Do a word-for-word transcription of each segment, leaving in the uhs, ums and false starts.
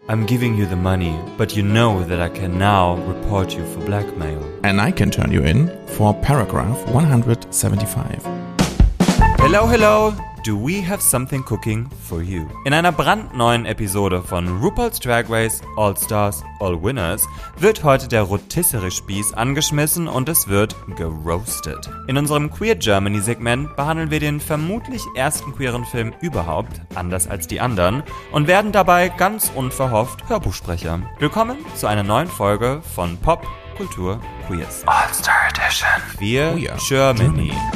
I'm giving you the money, but you know that I can now report you for blackmail. And I can turn you in for paragraph one seventy-five. Hello, hello! Do we have something cooking for you? In einer brandneuen Episode von RuPaul's Drag Race All Stars, All Winners wird heute der Rotisserie-Spieß angeschmissen und es wird geroastet. In unserem Queer Germany-Segment behandeln wir den vermutlich ersten queeren Film überhaupt, anders als die anderen, und werden dabei ganz unverhofft Hörbuchsprecher. Willkommen zu einer neuen Folge von Pop, Kultur, Queers. All-Star Edition. Queer oh ja. Germany. Germany.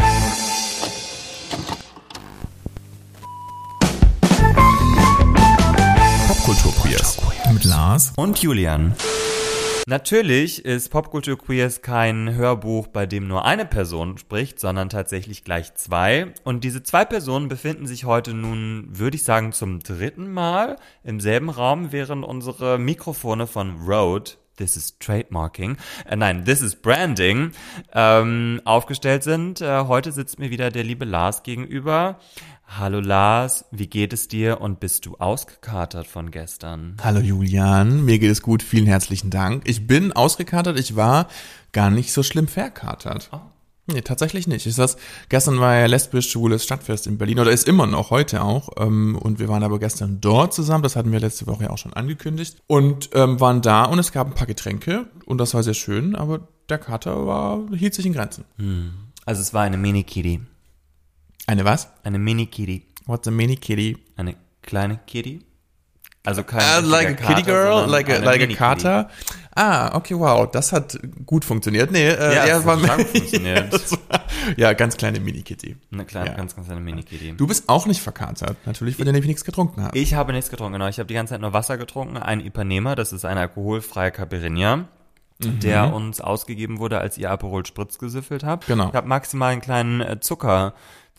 Popkultur-Queers mit Lars und Julian. Natürlich ist Popkultur-Queers kein Hörbuch, bei dem nur eine Person spricht, sondern tatsächlich gleich zwei. Und diese zwei Personen befinden sich heute nun, würde ich sagen, zum dritten Mal im selben Raum, während unsere Mikrofone von Rode, this is Trademarking, äh, nein, this is Branding, ähm, aufgestellt sind. Äh, heute sitzt mir wieder der liebe Lars gegenüber. Hallo Lars, wie geht es dir und bist du ausgekatert von gestern? Hallo Julian, mir geht es gut, vielen herzlichen Dank. Ich bin ausgekatert, ich war gar nicht so schlimm verkatert. Oh. Nee, tatsächlich nicht. Ich saß, gestern war ja lesbisch-schwules Stadtfest in Berlin, oder ist immer noch, heute auch. Ähm, und wir waren aber gestern dort zusammen, das hatten wir letzte Woche ja auch schon angekündigt. Und ähm, waren da und es gab ein paar Getränke und das war sehr schön, aber der Kater war, hielt sich in Grenzen. Hm. Also es war eine Mini-Kitty. Eine was? Eine Mini-Kitty. What's a Mini-Kitty? Eine kleine Kitty? Also kein uh, like a Kater, kitty girl, like a, like a Kater. Ah, okay, wow, das hat gut funktioniert. Nee, äh, ja, das war hat funktioniert. war, ja, ganz kleine Mini-Kitty. Eine kleine, ja. ganz, ganz kleine Mini-Kitty. Du bist auch nicht verkatert, natürlich, weil du nämlich nichts getrunken hast. Ich habe nichts getrunken, genau. Ich habe die ganze Zeit nur Wasser getrunken. Ein Ipanema, das ist ein alkoholfreier Caipirinha, mhm. der uns ausgegeben wurde, als ihr Aperol Spritz gesüffelt habt. Genau. Ich habe maximal einen kleinen äh, Zucker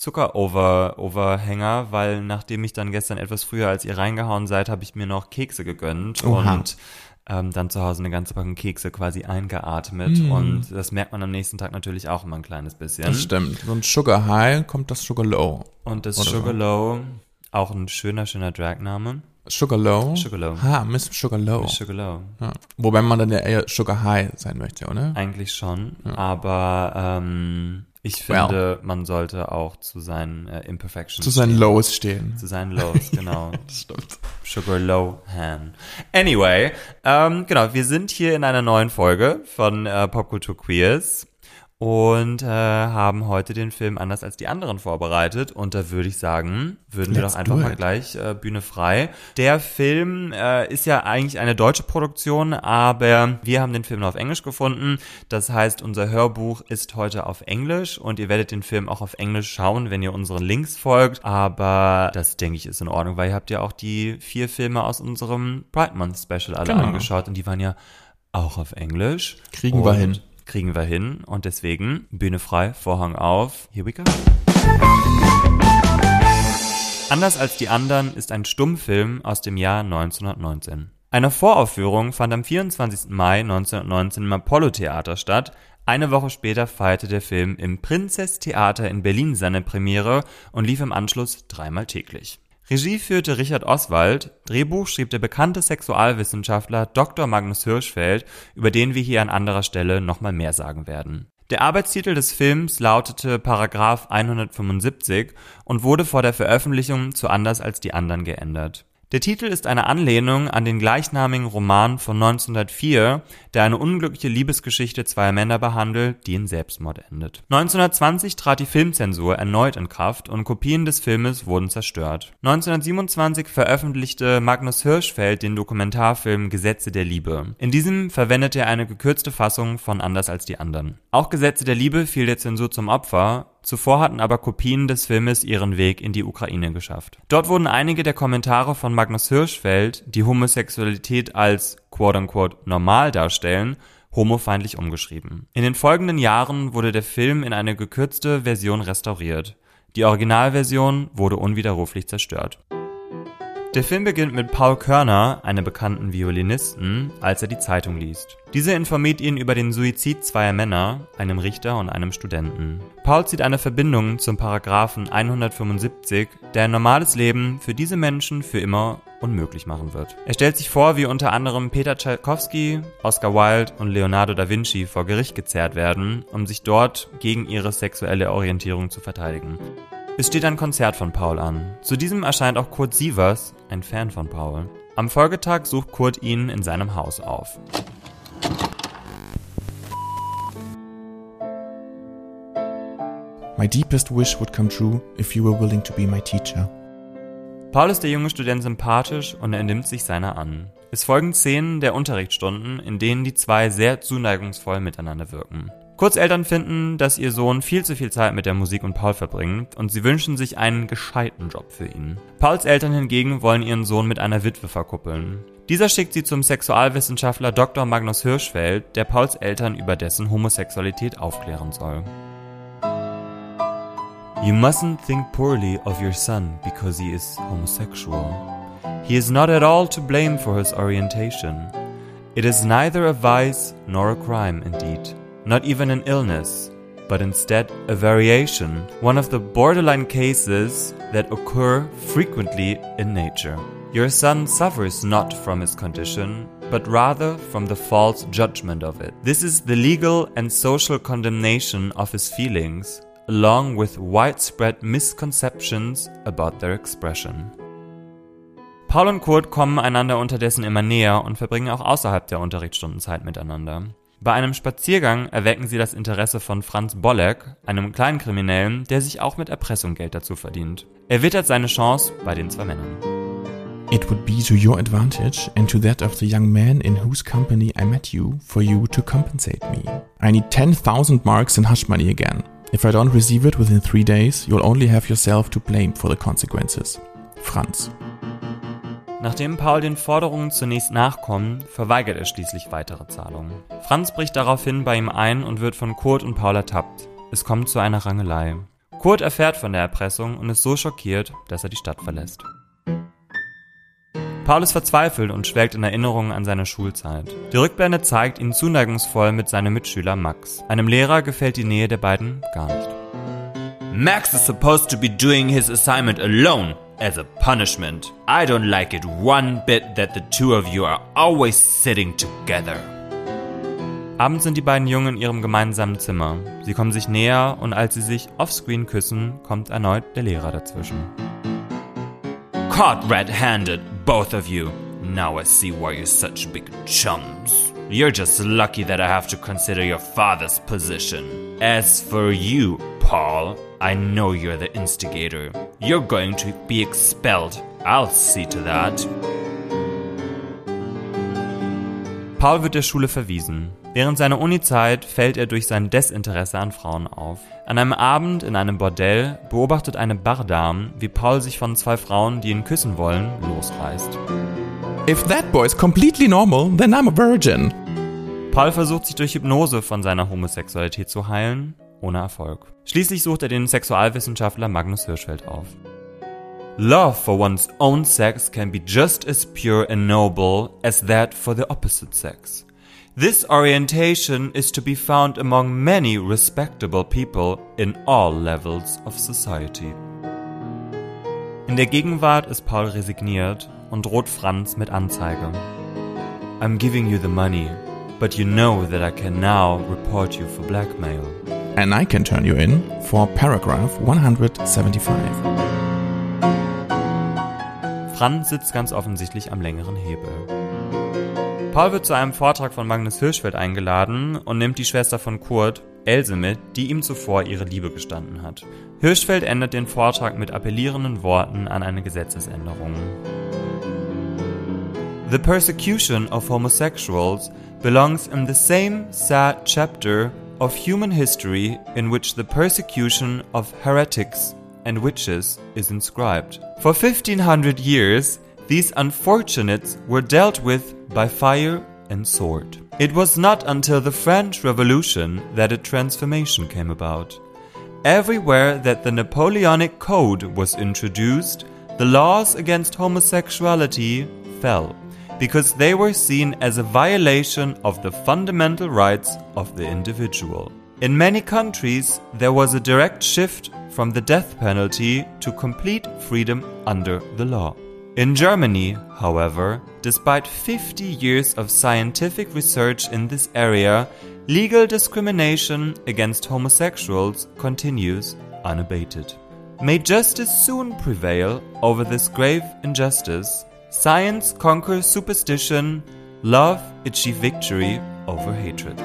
Zucker-Over-Overhänger, weil nachdem ich dann gestern etwas früher als ihr reingehauen seid, habe ich mir noch Kekse gegönnt. Oha. Und ähm, dann zu Hause eine ganze Packung Kekse quasi eingeatmet. Mm. Und das merkt man am nächsten Tag natürlich auch immer ein kleines bisschen. Das stimmt. Und Sugar High kommt das Sugar Low. Und das Oder Sugar so. Low, auch ein schöner, schöner Dragname. Sugar Low? Sugar Low. Ha, Miss Sugar Low. Miss Sugar Low. Ja. Wobei man dann ja eher Sugar High sein möchte, oder? Eigentlich schon, ja. aber ähm, ich finde, well. man sollte auch zu seinen äh, Imperfections Zu seinen stehen. Lows stehen. Zu seinen Lows, genau. Das stimmt. Sugar Low Han. Anyway, ähm, genau, wir sind hier in einer neuen Folge von äh, Popkultur Queers und äh, haben heute den Film anders als die anderen vorbereitet. Und da würde ich sagen, würden Let's wir doch einfach mal gleich äh, Bühne frei. Der Film äh, ist ja eigentlich eine deutsche Produktion, aber wir haben den Film nur auf Englisch gefunden. Das heißt, unser Hörbuch ist heute auf Englisch und ihr werdet den Film auch auf Englisch schauen, wenn ihr unseren Links folgt. Aber das, denke ich, ist in Ordnung, weil ihr habt ja auch die vier Filme aus unserem Pride Month Special alle genau. angeschaut und die waren ja auch auf Englisch. Kriegen und wir hin. Kriegen wir hin und deswegen Bühne frei, Vorhang auf, here we go. Anders als die anderen ist ein Stummfilm aus dem Jahr neunzehnhundertneunzehn. Eine Voraufführung fand am vierundzwanzigsten Mai neunzehnhundertneunzehn im Apollo-Theater statt. Eine Woche später feierte der Film im Prinzess-Theater in Berlin seine Premiere und lief im Anschluss dreimal täglich. Regie führte Richard Oswald, Drehbuch schrieb der bekannte Sexualwissenschaftler Doktor Magnus Hirschfeld, über den wir hier an anderer Stelle nochmal mehr sagen werden. Der Arbeitstitel des Films lautete Paragraph hundertfünfundsiebzig und wurde vor der Veröffentlichung zu Anders als die anderen geändert. Der Titel ist eine Anlehnung an den gleichnamigen Roman von neunzehnhundertvier, der eine unglückliche Liebesgeschichte zweier Männer behandelt, die in Selbstmord endet. neunzehnhundertzwanzig trat die Filmzensur erneut in Kraft und Kopien des Filmes wurden zerstört. neunzehnhundertsiebenundzwanzig veröffentlichte Magnus Hirschfeld den Dokumentarfilm Gesetze der Liebe. In diesem verwendete er eine gekürzte Fassung von Anders als die anderen. Auch Gesetze der Liebe fiel der Zensur zum Opfer. Zuvor hatten aber Kopien des Filmes ihren Weg in die Ukraine geschafft. Dort wurden einige der Kommentare von Magnus Hirschfeld, die Homosexualität als quote-unquote normal darstellen, homofeindlich umgeschrieben. In den folgenden Jahren wurde der Film in eine gekürzte Version restauriert. Die Originalversion wurde unwiderruflich zerstört. Der Film beginnt mit Paul Körner, einem bekannten Violinisten, als er die Zeitung liest. Dieser informiert ihn über den Suizid zweier Männer, einem Richter und einem Studenten. Paul zieht eine Verbindung zum Paragraphen hundertfünfundsiebzig, der ein normales Leben für diese Menschen für immer unmöglich machen wird. Er stellt sich vor, wie unter anderem Peter Tschaikowski, Oscar Wilde und Leonardo da Vinci vor Gericht gezerrt werden, um sich dort gegen ihre sexuelle Orientierung zu verteidigen. Es steht ein Konzert von Paul an. Zu diesem erscheint auch Kurt Sievers, ein Fan von Paul. Am Folgetag sucht Kurt ihn in seinem Haus auf. My deepest wish would come true if you were willing to be my teacher. Paul ist der junge Student sympathisch und er nimmt sich seiner an. Es folgen Szenen der Unterrichtsstunden, in denen die zwei sehr zuneigungsvoll miteinander wirken. Kurts Eltern finden, dass ihr Sohn viel zu viel Zeit mit der Musik und Paul verbringt und sie wünschen sich einen gescheiten Job für ihn. Pauls Eltern hingegen wollen ihren Sohn mit einer Witwe verkuppeln. Dieser schickt sie zum Sexualwissenschaftler Doktor Magnus Hirschfeld, der Pauls Eltern über dessen Homosexualität aufklären soll. You mustn't think poorly of your son because he is homosexual. He is not at all to blame for his orientation. It is neither a vice nor a crime indeed, not even an illness, but instead a variation, one of the borderline cases that occur frequently in nature. Your son suffers not from his condition, but rather from the false judgment of it. This is the legal and social condemnation of his feelings, along with widespread misconceptions about their expression. Paul und Kurt kommen einander unterdessen immer näher und verbringen auch außerhalb der Unterrichtsstunden Zeit miteinander. Bei einem Spaziergang erwecken sie das Interesse von Franz Bolek, einem Kleinkriminellen, der sich auch mit Erpressung Geld dazu verdient. Er wittert seine Chance bei den zwei Männern. It would be to your advantage and to that of the young man in whose company I met you for you to compensate me. I need ten thousand marks in hush money again. If I don't receive it within three days, you'll only have yourself to blame for the consequences. Franz. Nachdem Paul den Forderungen zunächst nachkommt, verweigert er schließlich weitere Zahlungen. Franz bricht daraufhin bei ihm ein und wird von Kurt und Paul ertappt. Es kommt zu einer Rangelei. Kurt erfährt von der Erpressung und ist so schockiert, dass er die Stadt verlässt. Paul ist verzweifelt und schwelgt in Erinnerungen an seine Schulzeit. Die Rückblende zeigt ihn zuneigungsvoll mit seinem Mitschüler Max. Einem Lehrer gefällt die Nähe der beiden gar nicht. Max is supposed to be doing his assignment alone, as a punishment. I don't like it one bit that the two of you are always sitting together. Abends sind die beiden Jungen in ihrem gemeinsamen Zimmer. Sie kommen sich näher und als sie sich offscreen küssen, kommt erneut der Lehrer dazwischen. Caught red-handed, both of you. Now I see why you're such big chums. You're just lucky that I have to consider your father's position. As for you, Paul, I know you're the instigator. You're going to be expelled. I'll see to that. Paul wird der Schule verwiesen. Während seiner Uni-Zeit fällt er durch sein Desinteresse an Frauen auf. An einem Abend in einem Bordell beobachtet eine Bardame, wie Paul sich von zwei Frauen, die ihn küssen wollen, losreißt. If that boy's completely normal, then I'm a virgin. Paul versucht sich durch Hypnose von seiner Homosexualität zu heilen, ohne Erfolg. Schließlich sucht er den Sexualwissenschaftler Magnus Hirschfeld auf. Love for one's own sex can be just as pure and noble as that for the opposite sex. This orientation is to be found among many respectable people in all levels of society. In der Gegenwart ist Paul resigniert und droht Franz mit Anzeige. I'm giving you the money, but you know that I can now report you for blackmail. And I can turn you in for paragraph one seventy-five. Franz sitzt ganz offensichtlich am längeren Hebel. Paul wird zu einem Vortrag von Magnus Hirschfeld eingeladen und nimmt die Schwester von Kurt, Else, mit, die ihm zuvor ihre Liebe gestanden hat. Hirschfeld endet den Vortrag mit appellierenden Worten an eine Gesetzesänderung. The persecution of homosexuals belongs in the same sad chapter of human history in which the persecution of heretics and witches is inscribed. For fifteen hundred years, these unfortunates were dealt with by fire and sword. It was not until the French Revolution that a transformation came about. Everywhere that the Napoleonic Code was introduced, the laws against homosexuality fell, because they were seen as a violation of the fundamental rights of the individual. In many countries, there was a direct shift from the death penalty to complete freedom under the law. In Germany, however, despite fifty years of scientific research in this area, legal discrimination against homosexuals continues unabated. May justice soon prevail over this grave injustice. Science conquer superstition, love achieve victory over hatred.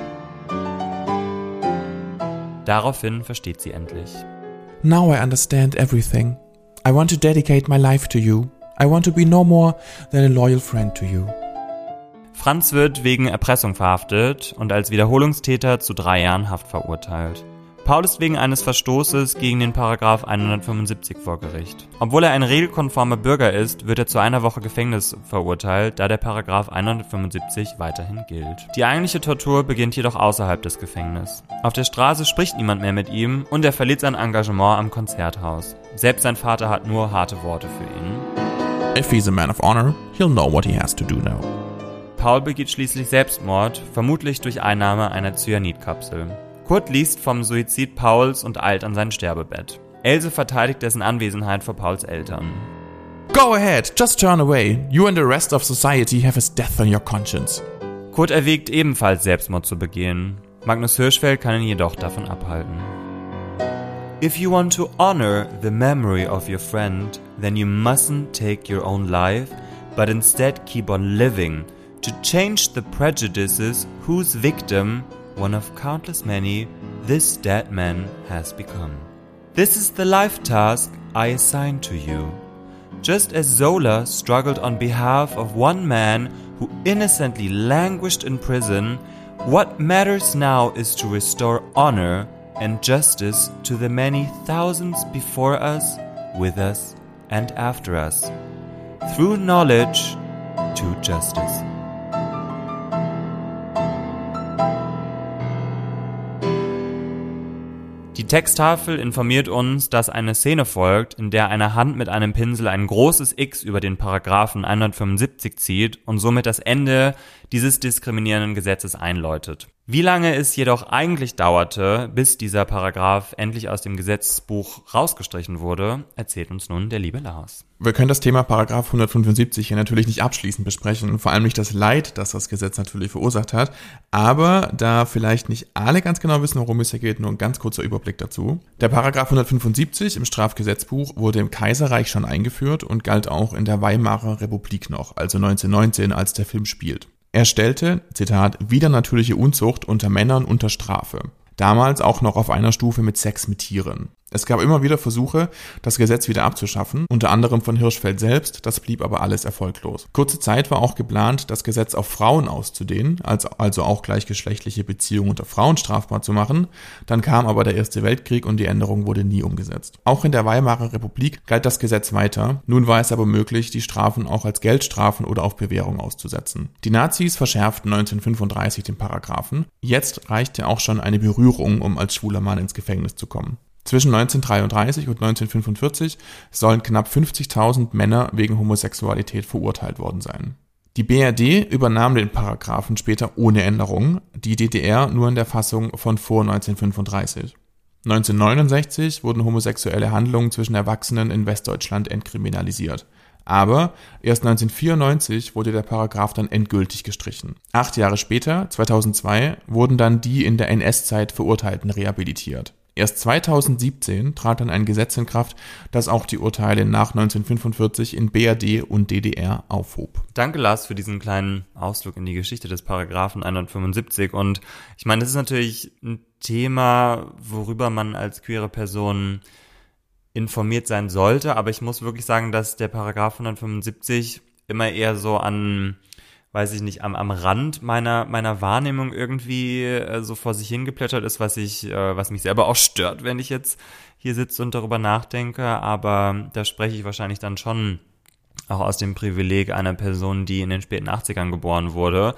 Daraufhin versteht sie endlich. Now I understand everything. I want to dedicate my life to you. I want to be no more than a loyal friend to you. Franz wird wegen Erpressung verhaftet und als Wiederholungstäter zu drei Jahren Haft verurteilt. Paul ist wegen eines Verstoßes gegen den Paragraph hundertfünfundsiebzig vor Gericht. Obwohl er ein regelkonformer Bürger ist, wird er zu einer Woche Gefängnis verurteilt, da der Paragraph hundertfünfundsiebzig weiterhin gilt. Die eigentliche Tortur beginnt jedoch außerhalb des Gefängnisses. Auf der Straße spricht niemand mehr mit ihm und er verliert sein Engagement am Konzerthaus. Selbst sein Vater hat nur harte Worte für ihn. If he's a man of honor, he'll know what he has to do now. Paul begeht schließlich Selbstmord, vermutlich durch Einnahme einer Cyanidkapsel. Kurt liest vom Suizid Pauls und eilt an sein Sterbebett. Else verteidigt dessen Anwesenheit vor Pauls Eltern. Go ahead, just turn away. You and the rest of society have his death on your conscience. Kurt erwägt ebenfalls Selbstmord zu begehen. Magnus Hirschfeld kann ihn jedoch davon abhalten. If you want to honor the memory of your friend, then you mustn't take your own life, but instead keep on living, to change the prejudices whose victim, one of countless many, this dead man has become. This is the life task I assign to you. Just as Zola struggled on behalf of one man who innocently languished in prison, what matters now is to restore honor and justice to the many thousands before us, with us, and after us. Through knowledge to justice. Die Texttafel informiert uns, dass eine Szene folgt, in der eine Hand mit einem Pinsel ein großes X über den Paragraphen hundertfünfundsiebzig zieht und somit das Ende dieses diskriminierenden Gesetzes einläutet. Wie lange es jedoch eigentlich dauerte, bis dieser Paragraph endlich aus dem Gesetzbuch rausgestrichen wurde, erzählt uns nun der liebe Lars. Wir können das Thema Paragraph hundertfünfundsiebzig hier natürlich nicht abschließend besprechen, vor allem nicht das Leid, das das Gesetz natürlich verursacht hat, aber da vielleicht nicht alle ganz genau wissen, worum es hier geht, nur ein ganz kurzer Überblick dazu. Der Paragraph hundertfünfundsiebzig im Strafgesetzbuch wurde im Kaiserreich schon eingeführt und galt auch in der Weimarer Republik noch, also neunzehnhundertneunzehn, als der Film spielt. Er stellte, Zitat, widernatürliche Unzucht unter Männern unter Strafe. Damals auch noch auf einer Stufe mit Sex mit Tieren. Es gab immer wieder Versuche, das Gesetz wieder abzuschaffen, unter anderem von Hirschfeld selbst, das blieb aber alles erfolglos. Kurze Zeit war auch geplant, das Gesetz auf Frauen auszudehnen, also auch gleichgeschlechtliche Beziehungen unter Frauen strafbar zu machen, dann kam aber der Erste Weltkrieg und die Änderung wurde nie umgesetzt. Auch in der Weimarer Republik galt das Gesetz weiter, nun war es aber möglich, die Strafen auch als Geldstrafen oder auf Bewährung auszusetzen. Die Nazis verschärften neunzehnhundertfünfunddreißig den Paragraphen, jetzt reichte auch schon eine Berührung, um als schwuler Mann ins Gefängnis zu kommen. Zwischen neunzehnhundertdreiunddreißig und neunzehnhundertfünfundvierzig sollen knapp fünfzigtausend Männer wegen Homosexualität verurteilt worden sein. Die B R D übernahm den Paragraphen später ohne Änderung, die D D R nur in der Fassung von vor neunzehnhundertfünfunddreißig. neunzehnhundertneunundsechzig wurden homosexuelle Handlungen zwischen Erwachsenen in Westdeutschland entkriminalisiert. Aber erst neunzehnhundertvierundneunzig wurde der Paragraph dann endgültig gestrichen. Acht Jahre später, zweitausendzwei, wurden dann die in der N S-Zeit Verurteilten rehabilitiert. Erst zweitausendsiebzehn trat dann ein Gesetz in Kraft, das auch die Urteile nach neunzehnhundertfünfundvierzig in B R D und D D R aufhob. Danke, Lars, für diesen kleinen Ausflug in die Geschichte des Paragraphen hundertfünfundsiebzig. Und ich meine, das ist natürlich ein Thema, worüber man als queere Person informiert sein sollte. Aber ich muss wirklich sagen, dass der Paragraph hundertfünfundsiebzig immer eher so an, weiß ich nicht, am, am Rand meiner meiner Wahrnehmung irgendwie äh, so vor sich hingeplättert ist, was ich, äh, was mich selber auch stört, wenn ich jetzt hier sitze und darüber nachdenke. Aber da spreche ich wahrscheinlich dann schon auch aus dem Privileg einer Person, die in den späten achtzigern geboren wurde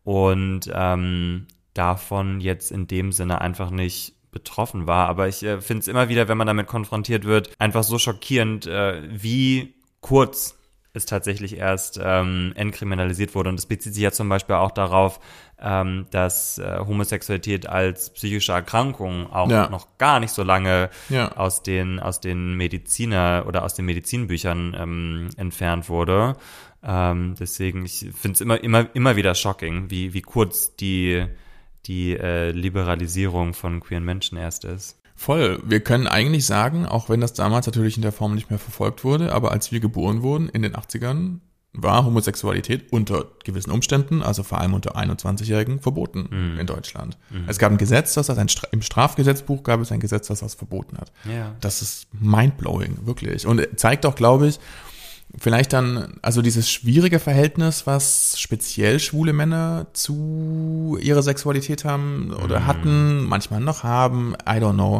und ähm, davon jetzt in dem Sinne einfach nicht betroffen war. Aber ich äh, finde es immer wieder, wenn man damit konfrontiert wird, einfach so schockierend, äh, wie kurz es tatsächlich erst ähm, entkriminalisiert wurde. Und es bezieht sich ja zum Beispiel auch darauf, ähm, dass äh, Homosexualität als psychische Erkrankung auch ja. noch gar nicht so lange ja. aus den aus den Mediziner oder aus den Medizinbüchern ähm, entfernt wurde. Ähm, deswegen, ich finde es immer immer immer wieder shocking, wie wie kurz die die äh, Liberalisierung von queeren Menschen erst ist. Voll. Wir können eigentlich sagen, auch wenn das damals natürlich in der Form nicht mehr verfolgt wurde, aber als wir geboren wurden in den achtzigern, war Homosexualität unter gewissen Umständen, also vor allem unter einundzwanzigjährigen, verboten mhm. in Deutschland. Mhm. Es gab ein Gesetz, das das ein Stra- im Strafgesetzbuch gab es ein Gesetz, das das verboten hat. Ja. Das ist mindblowing, wirklich. Und zeigt auch, glaube ich, vielleicht dann, also dieses schwierige Verhältnis, was speziell schwule Männer zu ihrer Sexualität haben oder Mhm. hatten, manchmal noch haben, I don't know,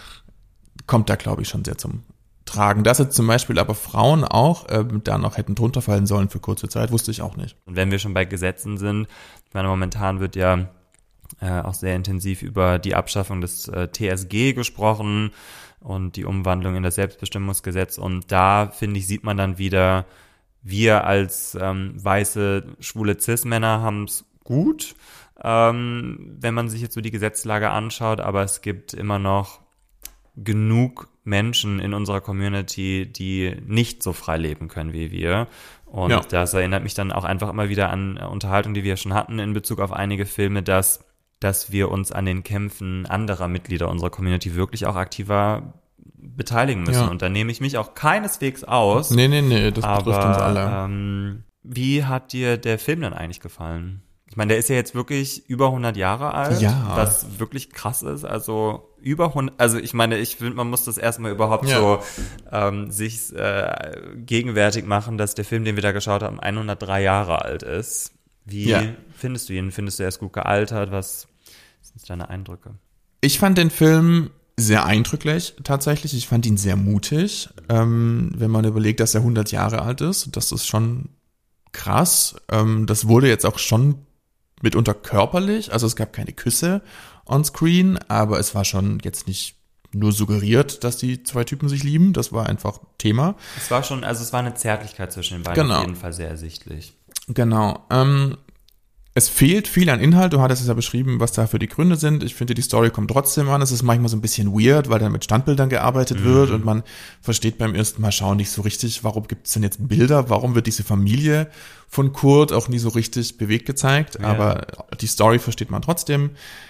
kommt da, glaube ich, schon sehr zum Tragen. Dass jetzt zum Beispiel aber Frauen auch ähm, da noch hätten drunter fallen sollen für kurze Zeit, wusste ich auch nicht. Und wenn wir schon bei Gesetzen sind, ich meine, momentan wird ja äh, auch sehr intensiv über die Abschaffung des äh, T S G gesprochen und die Umwandlung in das Selbstbestimmungsgesetz. Und da, finde ich, sieht man dann wieder, wir als ähm, weiße, schwule Cis-Männer haben es gut, ähm, wenn man sich jetzt so die Gesetzlage anschaut. Aber es gibt immer noch genug Menschen in unserer Community, die nicht so frei leben können wie wir. Und Ja. das erinnert mich dann auch einfach immer wieder an Unterhaltungen, die wir schon hatten in Bezug auf einige Filme, dass dass wir uns an den Kämpfen anderer Mitglieder unserer Community wirklich auch aktiver beteiligen müssen. Ja. Und da nehme ich mich auch keineswegs aus. Nee, nee, nee, das aber, betrifft uns alle. Ähm, wie hat dir der Film dann eigentlich gefallen? Ich meine, der ist ja jetzt wirklich über hundert Jahre alt, Ja. was wirklich krass ist. Also über hundert, also ich meine, ich finde, man muss das erstmal überhaupt Ja. so ähm, sich äh, gegenwärtig machen, dass der Film, den wir da geschaut haben, hundertdrei Jahre alt ist. Wie Ja. findest du ihn? Findest du, er ist gut gealtert? Was sind deine Eindrücke? Ich fand den Film sehr eindrücklich, tatsächlich. Ich fand ihn sehr mutig, ähm, wenn man überlegt, dass er hundert Jahre alt ist. Das ist schon krass. Ähm, das wurde jetzt auch schon mitunter körperlich. Also es gab keine Küsse on screen, aber es war schon jetzt nicht nur suggeriert, dass die zwei Typen sich lieben. Das war einfach Thema. Es war schon, also es war eine Zärtlichkeit zwischen den beiden Genau. auf jeden Fall sehr ersichtlich. Genau. Ähm, es fehlt viel an Inhalt. Du hattest es ja beschrieben, was da für die Gründe sind. Ich finde, die Story kommt trotzdem an. Es ist manchmal so ein bisschen weird, weil dann mit Standbildern gearbeitet Mhm. wird und man versteht beim ersten Mal schauen nicht so richtig, warum gibt es denn jetzt Bilder? Warum wird diese Familie von Kurt auch nie so richtig bewegt gezeigt? Ja. Aber die Story versteht man trotzdem.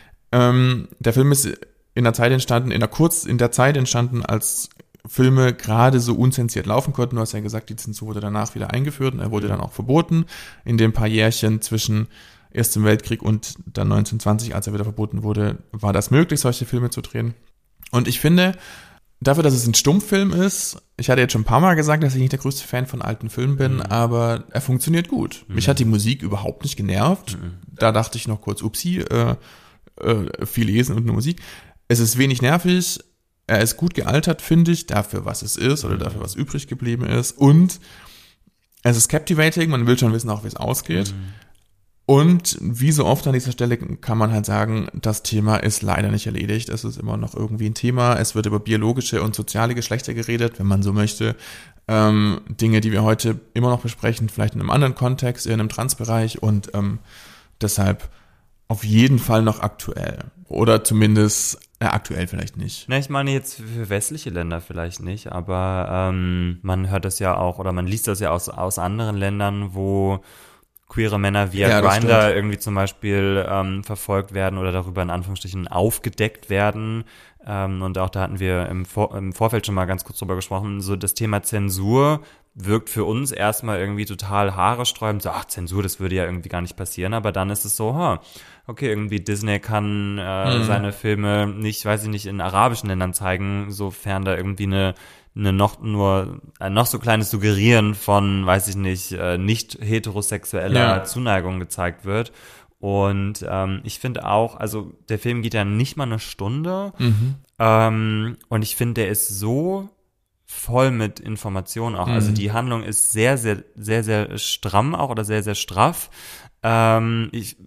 Ähm, der Film ist in der Zeit entstanden, in der kurz, in der Zeit entstanden, als Filme gerade so unzensiert laufen konnten. Du hast ja gesagt, die Zensur wurde danach wieder eingeführt und er wurde dann auch verboten. In den paar Jährchen zwischen Ersten Weltkrieg und dann neunzehnhundertzwanzig, als er wieder verboten wurde, war das möglich, solche Filme zu drehen. Und ich finde, dafür, dass es ein Stummfilm ist, ich hatte jetzt schon ein paar Mal gesagt, dass ich nicht der größte Fan von alten Filmen bin, Mhm. aber er funktioniert gut. Mhm. Mich hat die Musik überhaupt nicht genervt. Mhm. Da dachte ich noch kurz, upsie, äh, äh, viel lesen und nur Musik. Es ist wenig nervig, er ist gut gealtert, finde ich, dafür, was es ist oder dafür, was übrig geblieben ist. Und es ist captivating, man will schon wissen, auch wie es ausgeht. Mhm. Und wie so oft an dieser Stelle kann man halt sagen, das Thema ist leider nicht erledigt. Es ist immer noch irgendwie ein Thema. Es wird über biologische und soziale Geschlechter geredet, wenn man so möchte. Ähm, Dinge, die wir heute immer noch besprechen, vielleicht in einem anderen Kontext, eher in einem Transbereich und ähm, deshalb auf jeden Fall noch aktuell. Oder zumindest äh, aktuell vielleicht nicht. Na, ich meine jetzt für westliche Länder vielleicht nicht, aber ähm, man hört das ja auch oder man liest das ja aus, aus anderen Ländern, wo queere Männer via Ja, das Grindr stimmt. irgendwie zum Beispiel ähm, verfolgt werden oder darüber in Anführungsstrichen aufgedeckt werden. Ähm, und auch da hatten wir im, Vor- im Vorfeld schon mal ganz kurz drüber gesprochen, so das Thema Zensur wirkt für uns erstmal irgendwie total haaresträubend. So, ach, Zensur, das würde ja irgendwie gar nicht passieren. Aber dann ist es so, ha, okay, irgendwie Disney kann äh, Mhm. seine Filme nicht, weiß ich nicht, in arabischen Ländern zeigen, sofern da irgendwie eine eine noch nur ein noch so kleines Suggerieren von, weiß ich nicht, äh, nicht heterosexueller Ja. Zuneigung gezeigt wird. Und ähm, ich finde auch, also der Film geht ja nicht mal eine Stunde. Mhm. Ähm, und ich finde, der ist so voll mit Informationen auch. Also Mhm. die Handlung ist sehr, sehr, sehr, sehr stramm auch oder sehr, sehr straff. Ähm, ich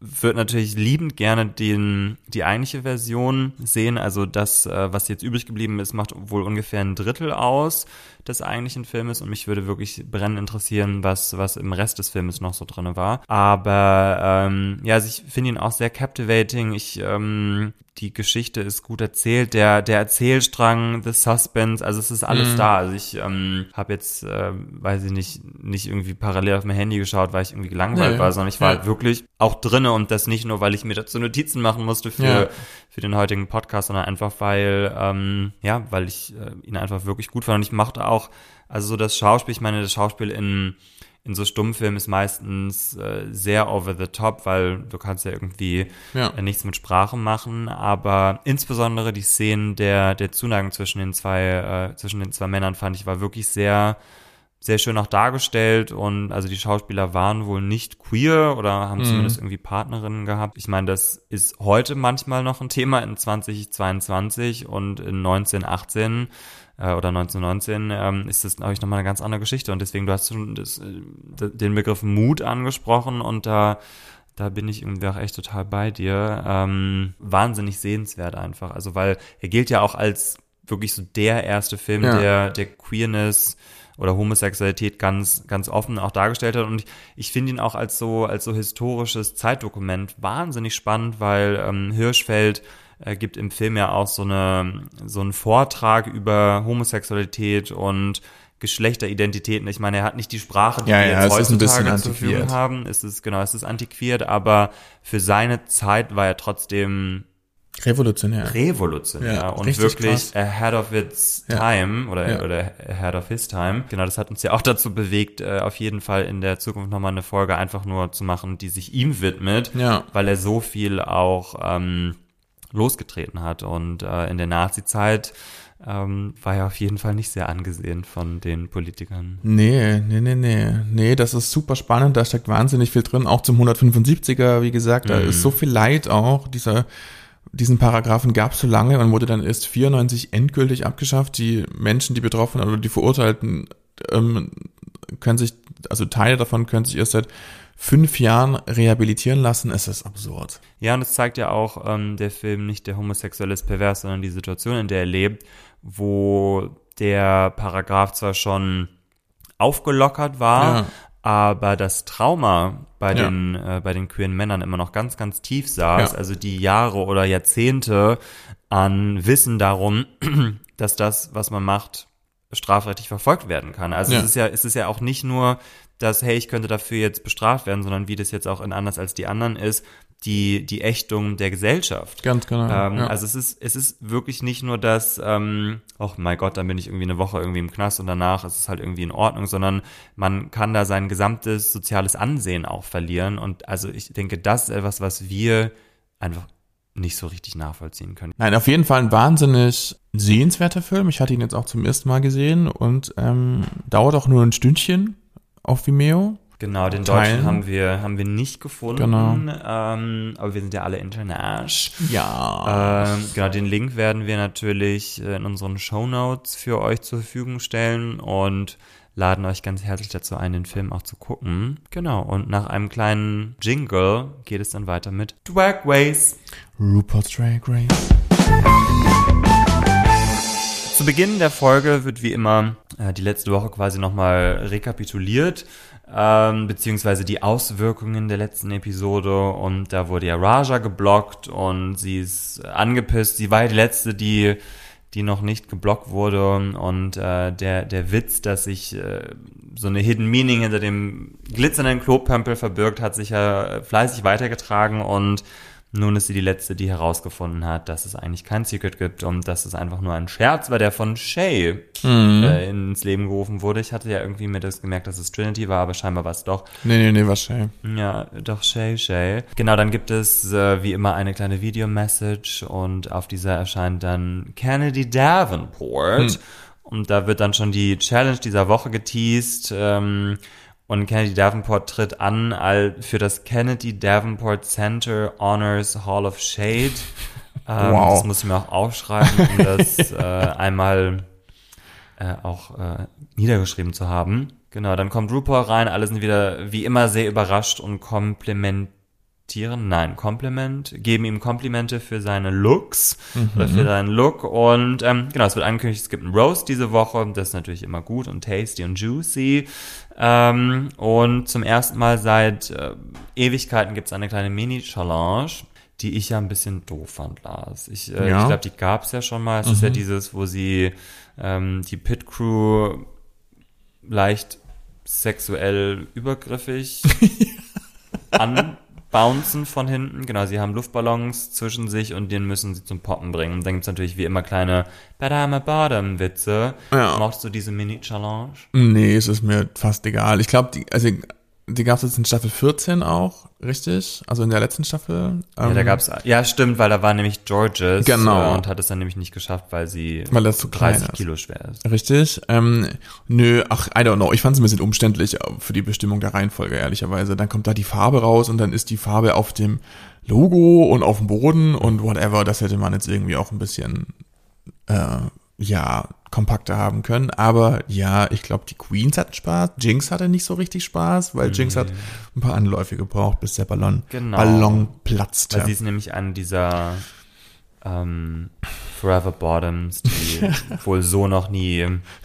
würde natürlich liebend gerne den, die eigentliche Version sehen. Also das, was jetzt übrig geblieben ist, macht wohl ungefähr ein Drittel aus des eigentlichen Filmes und mich würde wirklich brennend interessieren, was was im Rest des Filmes noch so drin war. Aber ähm, ja, also ich finde ihn auch sehr captivating. Ich ähm, die Geschichte ist gut erzählt, der der Erzählstrang, the Suspense, also es ist alles mhm. da. Also ich ähm, habe jetzt, äh, weiß ich nicht, nicht irgendwie parallel auf mein Handy geschaut, weil ich irgendwie gelangweilt nee. war, sondern ich war ja. halt wirklich auch drinne und das nicht nur, weil ich mir dazu Notizen machen musste für ja. für den heutigen Podcast, sondern einfach weil ähm, ja, weil ich äh, ihn einfach wirklich gut fand und ich mochte auch Auch, also so das Schauspiel, ich meine, das Schauspiel in, in so Stummfilmen ist meistens äh, sehr over the top, weil du kannst ja irgendwie ja. Äh, nichts mit Sprache machen, aber insbesondere die Szenen der, der Zuneigung zwischen den zwei, äh, zwischen den zwei Männern fand ich, war wirklich sehr, sehr schön auch dargestellt und also die Schauspieler waren wohl nicht queer oder haben mhm. zumindest irgendwie Partnerinnen gehabt. Ich meine, das ist heute manchmal noch ein Thema in zwanzig zweiundzwanzig und in neunzehn achtzehn oder neunzehnhundertneunzehn ähm, ist das, glaube ich, nochmal eine ganz andere Geschichte. Und deswegen, du hast schon das, den Begriff Mut angesprochen und da, da bin ich irgendwie auch echt total bei dir. Ähm, wahnsinnig sehenswert einfach. Also, weil er gilt ja auch als wirklich so der erste Film, ja. der, der Queerness oder Homosexualität ganz, ganz offen auch dargestellt hat. Und ich, ich finde ihn auch als so, als so historisches Zeitdokument wahnsinnig spannend, weil ähm, Hirschfeld Er gibt im Film ja auch so eine so einen Vortrag über Homosexualität und Geschlechteridentitäten. Ich meine, er hat nicht die Sprache, die ja, wir ja, jetzt heutzutage zur Verfügung haben. Es ist genau, es ist antiquiert, aber für seine Zeit war er trotzdem revolutionär, revolutionär ja, und wirklich krass. Ahead of its time ja. oder ja. oder ahead of his time. Genau, das hat uns ja auch dazu bewegt, äh, auf jeden Fall in der Zukunft nochmal eine Folge einfach nur zu machen, die sich ihm widmet, ja. weil er so viel auch ähm, losgetreten hat und äh, in der Nazi-Zeit ähm, war er auf jeden Fall nicht sehr angesehen von den Politikern. Nee, nee, nee, nee. Nee, das ist super spannend, da steckt wahnsinnig viel drin, auch zum hundertfünfundsiebziger, wie gesagt, da mhm. ist so viel Leid auch, dieser diesen Paragraphen gab es so lange und wurde dann erst vierundneunzig endgültig abgeschafft. Die Menschen, die Betroffenen oder die Verurteilten ähm, können sich, also Teile davon können sich erst seit fünf Jahren rehabilitieren lassen. Es ist absurd. Ja, und es zeigt ja auch ähm, der Film nicht, der Homosexuelle ist pervers, sondern die Situation, in der er lebt, wo der Paragraph zwar schon aufgelockert war, ja. aber das Trauma bei ja. den äh, bei den queeren Männern immer noch ganz, ganz tief saß. Ja. Also die Jahre oder Jahrzehnte an Wissen darum, dass das, was man macht, strafrechtlich verfolgt werden kann. Also ja. es ist ja, es ist ja auch nicht nur, dass, hey, ich könnte dafür jetzt bestraft werden, sondern wie das jetzt auch in Anders als die anderen ist, die die Ächtung der Gesellschaft. Ganz genau. Ähm, ja. Also es ist es ist wirklich nicht nur das, ähm, oh mein Gott, dann bin ich irgendwie eine Woche irgendwie im Knast und danach ist es halt irgendwie in Ordnung, sondern man kann da sein gesamtes soziales Ansehen auch verlieren. Und also ich denke, das ist etwas, was wir einfach nicht so richtig nachvollziehen können. Nein, auf jeden Fall ein wahnsinnig sehenswerter Film. Ich hatte ihn jetzt auch zum ersten Mal gesehen und ähm, dauert auch nur ein Stündchen auf Vimeo. Genau, den Teilen. Deutschen haben wir haben wir nicht gefunden, genau. ähm, aber wir sind ja alle international. Ja. Ähm, genau, den Link werden wir natürlich in unseren Shownotes für euch zur Verfügung stellen und laden euch ganz herzlich dazu ein, den Film auch zu gucken. Genau, und nach einem kleinen Jingle geht es dann weiter mit Drag Race. RuPaul's Drag Race. Zu Beginn der Folge wird wie immer äh, die letzte Woche quasi nochmal rekapituliert, ähm, beziehungsweise die Auswirkungen der letzten Episode. Und da wurde ja Raja geblockt und sie ist angepisst. Sie war ja die letzte, die die noch nicht geblockt wurde. Und äh, der der Witz, dass sich äh, so eine Hidden Meaning hinter dem glitzernden Klopömpel verbirgt, hat sich ja fleißig weitergetragen und nun ist sie die Letzte, die herausgefunden hat, dass es eigentlich kein Secret gibt und dass es einfach nur ein Scherz war, der von Shay mhm. äh, ins Leben gerufen wurde. Ich hatte ja irgendwie mir das gemerkt, dass es Trinity war, aber scheinbar war es doch. Nee, nee, nee, war Shay. Ja, doch Shay, Shay. Genau, dann gibt es äh, wie immer eine kleine Video-Message und auf dieser erscheint dann Kennedy Davenport. Mhm. Und da wird dann schon die Challenge dieser Woche geteased. Ähm, Und Kennedy Davenport tritt an für das Kennedy Davenport Center Honors Hall of Shade. Ähm, wow. Das muss ich mir auch aufschreiben, um das äh, einmal äh, auch äh, niedergeschrieben zu haben. Genau, dann kommt RuPaul rein, alle sind wieder wie immer sehr überrascht und komplimentieren Nein, Kompliment, geben ihm Komplimente für seine Looks mhm. oder für seinen Look und ähm, genau, es wird angekündigt, es gibt einen Roast diese Woche, das ist natürlich immer gut und tasty und juicy ähm, und zum ersten Mal seit äh, Ewigkeiten gibt es eine kleine Mini-Challenge, die ich ja ein bisschen doof fand, Lars. Ich, äh, ja. ich glaube, die gab es ja schon mal, es mhm. ist ja dieses, wo sie ähm, die Pit-Crew leicht sexuell übergriffig an bouncen von hinten, genau, sie haben Luftballons zwischen sich und den müssen sie zum Poppen bringen. Und dann gibt es natürlich wie immer kleine But I'm a Bottom Witze. Ja. Machst du diese Mini-Challenge? Nee, es ist mir fast egal. Ich glaube, die, also die gab es jetzt in Staffel vierzehn auch, richtig? Also in der letzten Staffel. Ja, ähm, da gab's, ja stimmt, weil da war nämlich Georges genau. äh, und hat es dann nämlich nicht geschafft, weil sie weil das zu klein dreißig ist. Kilo schwer ist. Richtig. Ähm, nö, ach, I don't know. Ich fand es ein bisschen umständlich für die Bestimmung der Reihenfolge, ehrlicherweise. Dann kommt da die Farbe raus und dann ist die Farbe auf dem Logo und auf dem Boden und whatever. Das hätte man jetzt irgendwie auch ein bisschen, äh, ja, kompakter haben können. Aber ja, ich glaube, die Queens hatten Spaß. Jinx hatte nicht so richtig Spaß, weil Jinx hat ein paar Anläufe gebraucht, bis der Ballon, genau. Ballon platzte. Weil sie ist nämlich eine dieser ähm, Forever Bottoms, die wohl so noch nie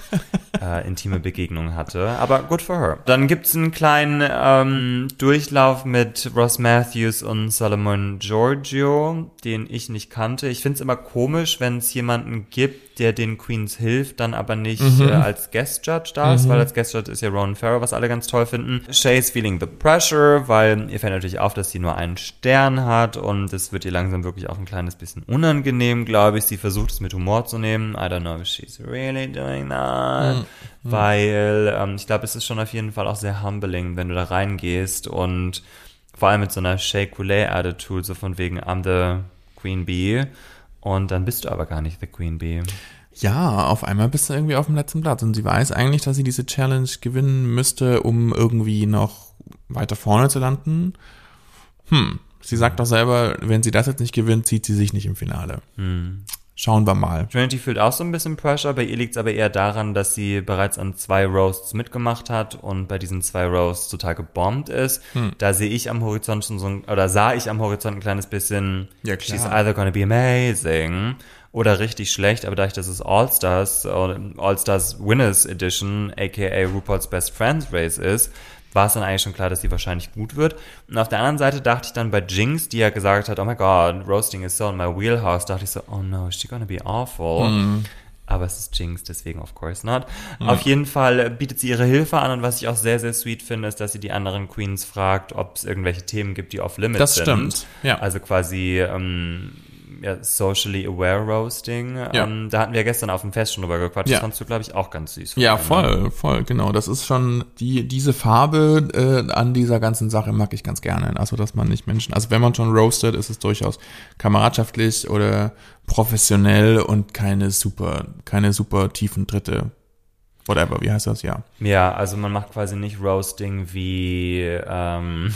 äh, intime Begegnungen hatte. Aber good for her. Dann gibt's einen kleinen ähm, Durchlauf mit Ross Matthews und Solomon Giorgio, den ich nicht kannte. Ich find's immer komisch, wenn es jemanden gibt, der den Queens hilft, dann aber nicht mhm. äh, als Guest Judge da ist, mhm. weil als Guest Judge ist ja Ronan Farrow, was alle ganz toll finden. Shay's feeling the pressure, weil ihr fällt natürlich auf, dass sie nur einen Stern hat und es wird ihr langsam wirklich auch ein kleines bisschen unangenehm, glaube ich. Sie versucht es mit Humor zu nehmen. I don't know if she's really doing that. Mhm. Weil ähm, ich glaube, es ist schon auf jeden Fall auch sehr humbling, wenn du da reingehst und vor allem mit so einer Shea Coulee-Attitude, so von wegen I'm the Queen Bee und dann bist du aber gar nicht the Queen Bee. Ja, auf einmal bist du irgendwie auf dem letzten Platz und sie weiß eigentlich, dass sie diese Challenge gewinnen müsste, um irgendwie noch weiter vorne zu landen. Hm, sie sagt doch selber, wenn sie das jetzt nicht gewinnt, zieht sie sich nicht im Finale. Hm. Schauen wir mal. Trinity fühlt auch so ein bisschen Pressure, bei ihr liegt es aber eher daran, dass sie bereits an zwei Roasts mitgemacht hat und bei diesen zwei Roasts total gebombt ist. Hm. Da sehe ich am Horizont schon so ein, oder sah ich am Horizont ein kleines bisschen, ja, klar. She's either gonna be amazing oder richtig schlecht, aber dadurch, dass es All-Stars, All-Stars Winners Edition, aka RuPaul's Best Friends Race ist, war es dann eigentlich schon klar, dass sie wahrscheinlich gut wird. Und auf der anderen Seite dachte ich dann bei Jinx, die ja gesagt hat, oh my god, roasting is so in my wheelhouse, dachte ich so, oh no, is she gonna be awful? Mm. Aber es ist Jinx, deswegen of course not. Mm. Auf jeden Fall bietet sie ihre Hilfe an und was ich auch sehr, sehr sweet finde, ist, dass sie die anderen Queens fragt, ob es irgendwelche Themen gibt, die off-limits das sind. Das stimmt, ja. Also quasi ähm, ja, socially aware roasting. Ja. Ähm, da hatten wir gestern auf dem Fest schon drüber gequatscht. Ja. Das fandst du, glaube ich, auch ganz süß. Ja, voll, ne? voll, genau. Das ist schon, die diese Farbe äh, an dieser ganzen Sache mag ich ganz gerne. Also, dass man nicht Menschen, also wenn man schon roastet, ist es durchaus kameradschaftlich oder professionell und keine super, keine super tiefen Dritte. Whatever, wie heißt das? Ja. Ja, also man macht quasi nicht Roasting wie ähm,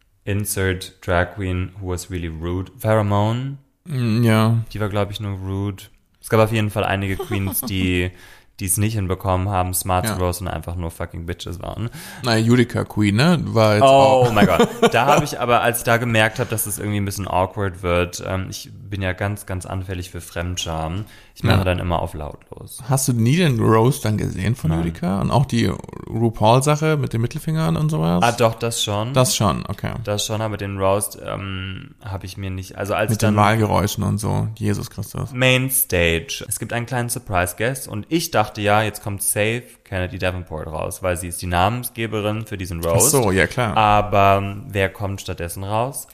Insert Drag Queen who was really rude. Pheromone. Ja. Die war, glaube ich, nur rude. Es gab auf jeden Fall einige Queens, die die es nicht hinbekommen haben, smart ja. zu roasten und einfach nur fucking Bitches waren. Na, Utica Queen, ne? War jetzt oh auch. mein Gott. Da habe ich aber, als ich da gemerkt habe, dass es irgendwie ein bisschen awkward wird, ähm, ich bin ja ganz, ganz anfällig für Fremdscham. Ich mache ja. dann immer auf lautlos. Hast du nie den Roast dann gesehen von Nein. Utica? Und auch die RuPaul-Sache mit den Mittelfingern und sowas? Ah, doch, das schon. Das schon, okay. Das schon, aber den Roast ähm, habe ich mir nicht, also als mit dann den Wahlgeräuschen und so, Jesus Christus. Mainstage. Es gibt einen kleinen Surprise-Guest und ich dachte ja, jetzt kommt safe Kennedy Davenport raus, weil sie ist die Namensgeberin für diesen Roast. Ach so, ja klar. Aber wer kommt stattdessen raus?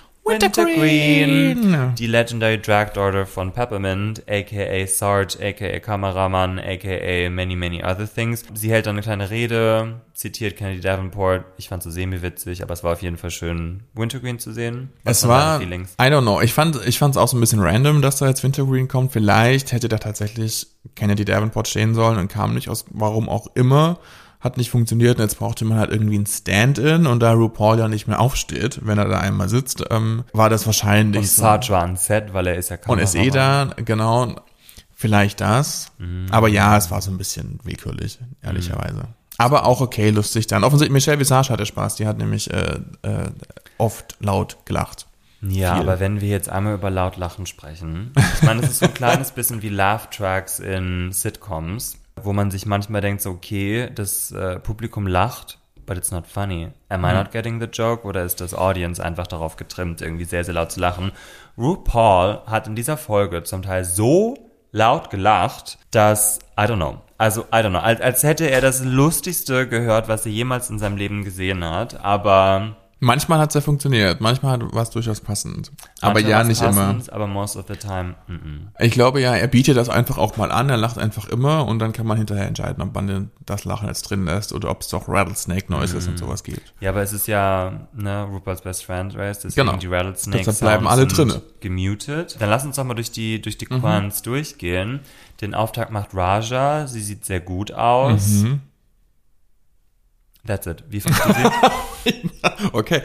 Wintergreen, die Legendary Drag Daughter von Peppermint, aka Sarge, aka Kameramann, aka many, many other things. Sie hält dann eine kleine Rede, zitiert Kennedy Davenport. Ich fand es so semi-witzig, aber es war auf jeden Fall schön, Wintergreen zu sehen. Was es war, I don't know, ich fand ich fand es auch so ein bisschen random, dass da jetzt Wintergreen kommt. Vielleicht hätte da tatsächlich Kennedy Davenport stehen sollen und kam nicht, aus warum auch immer. Hat nicht funktioniert und jetzt brauchte man halt irgendwie ein Stand-in und da RuPaul ja nicht mehr aufsteht, wenn er da einmal sitzt, ähm, war das wahrscheinlich und Sarge so. war ein Set, weil er ist ja Kameramann. Und ist eh da, genau, vielleicht das, mhm. aber ja, es war so ein bisschen willkürlich, ehrlicherweise. Mhm. Aber auch okay, lustig dann. Offensichtlich Michelle Visage hatte Spaß, die hat nämlich äh, äh, oft laut gelacht. Ja, Viel. aber wenn wir jetzt einmal über laut Lachen sprechen, ich meine, es ist so ein kleines bisschen wie Laugh-Tracks in Sitcoms, wo man sich manchmal denkt, so okay, das äh, Publikum lacht, but it's not funny. Am I not getting the joke? Oder ist das Audience einfach darauf getrimmt, irgendwie sehr, sehr laut zu lachen? RuPaul hat in dieser Folge zum Teil so laut gelacht, dass, I don't know, also, I don't know, als, als hätte er das Lustigste gehört, was er jemals in seinem Leben gesehen hat, aber... Manchmal hat es ja funktioniert, manchmal war es durchaus passend. Aber ja, nicht passend, immer. Aber most of the time, mm-mm. Ich glaube ja, er bietet das einfach auch mal an, er lacht einfach immer und dann kann man hinterher entscheiden, ob man das Lachen jetzt drin lässt oder ob es doch Rattlesnake Noises mm. und sowas gibt. Ja, aber es ist ja, ne, RuPaul's Best Friend Race, deswegen genau. Die Rattlesnake Deshalb bleiben alle drinne. Gemutet. Dann lass uns doch mal durch die, durch die mhm. Quants durchgehen. Den Auftakt macht Raja, sie sieht sehr gut aus. Mhm. That's it. Wie findest du sie? Okay.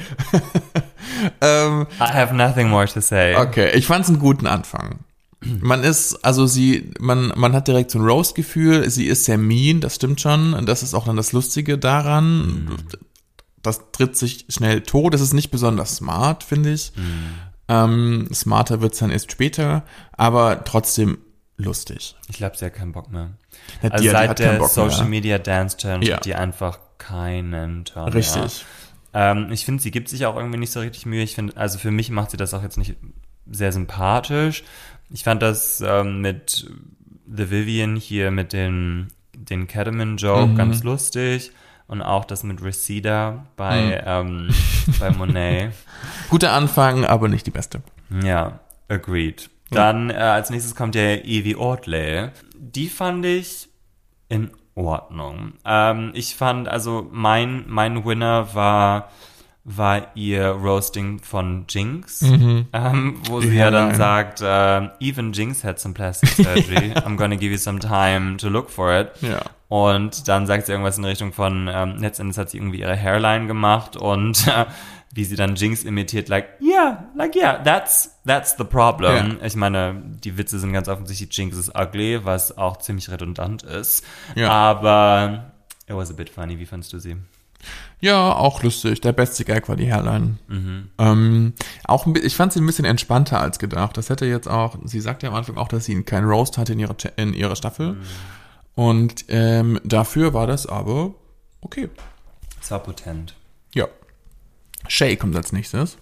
ähm, I have nothing more to say. Okay, ich fand es einen guten Anfang. Man ist, also sie, man, man hat direkt so ein Roast-Gefühl, sie ist sehr mean, das stimmt schon, und das ist auch dann das Lustige daran. Mhm. Das tritt sich schnell tot, das ist nicht besonders smart, finde ich. Mhm. Ähm, smarter wird's dann erst später, aber trotzdem lustig. Ich glaube, sie hat keinen Bock mehr. Ja, also die, seit die der Social Media Dance Challenge ja. hat die einfach keinen Turn. Richtig. Ähm, ich finde, sie gibt sich auch irgendwie nicht so richtig Mühe. Ich finde, also für mich macht sie das auch jetzt nicht sehr sympathisch. Ich fand das ähm, mit The Vivian hier mit den, den Catamine-Joke mhm. ganz lustig. Und auch das mit Reseda bei, mhm. ähm, bei Monet. Guter Anfang, aber nicht die beste. Ja, agreed. Dann äh, als nächstes kommt ja Evie Oatley. Die fand ich in Ordnung. Ähm, ich fand, also mein mein Winner war war ihr Roasting von Jinx, mhm. ähm, wo sie ja, ja dann nein. sagt, uh, even Jinx had some plastic surgery. I'm gonna give you some time to look for it. Ja. Und dann sagt sie irgendwas in Richtung von, ähm, letztendlich hat sie irgendwie ihre Hairline gemacht und äh, wie sie dann Jinx imitiert, like, yeah, like, yeah, that's, that's the problem. Ja. Ich meine, die Witze sind ganz offensichtlich, Jinx is ugly, was auch ziemlich redundant ist. Ja. Aber it was a bit funny. Wie fandst du sie? Ja, auch lustig. Der beste Gag war die Hairline. Mhm. Ähm, auch, ich fand sie ein bisschen entspannter als gedacht. Das hätte jetzt auch, sie sagte ja am Anfang auch, dass sie keinen Roast hatte in ihrer, in ihrer Staffel. Mhm. Und ähm, dafür war das aber okay. Es war potent. Ja. Shay kommt als nächstes.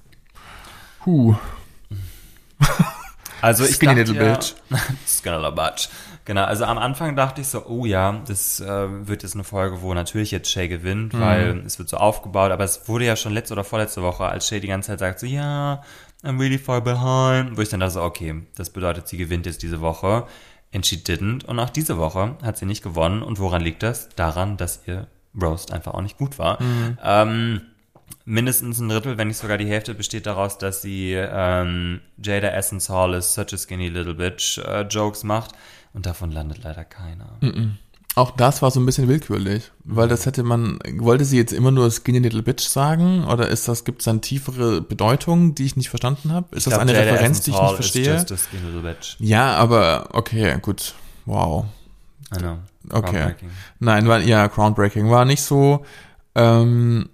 Huh. Also ich Skinny dachte little ja, bitch. Skinny little bitch. Genau, also am Anfang dachte ich so, oh ja, das äh, wird jetzt eine Folge, wo natürlich jetzt Shay gewinnt, mhm. weil es wird so aufgebaut, aber es wurde ja schon letzte oder vorletzte Woche, als Shay die ganze Zeit sagt so, ja, I'm really far behind, wo ich dann dachte so, okay, das bedeutet, sie gewinnt jetzt diese Woche. And she didn't. Und auch diese Woche hat sie nicht gewonnen. Und woran liegt das? Daran, dass ihr Roast einfach auch nicht gut war. Mhm. Ähm, mindestens ein Drittel, wenn nicht sogar die Hälfte, besteht daraus, dass sie ähm, Jada Essence Hall is such a skinny little bitch äh, Jokes macht. Und davon landet leider keiner. Mhm. Auch das war so ein bisschen willkürlich, weil das hätte man, wollte sie jetzt immer nur Skinny Little Bitch sagen oder ist das, gibt es dann tiefere Bedeutung, die ich nicht verstanden habe? Ist ich das glaub, eine Jada Referenz, Essence die ich Hall nicht verstehe? Just a skinny little bitch. Ja, aber okay, gut, wow. I know. Okay. Nein, war, ja, groundbreaking war nicht so, ähm,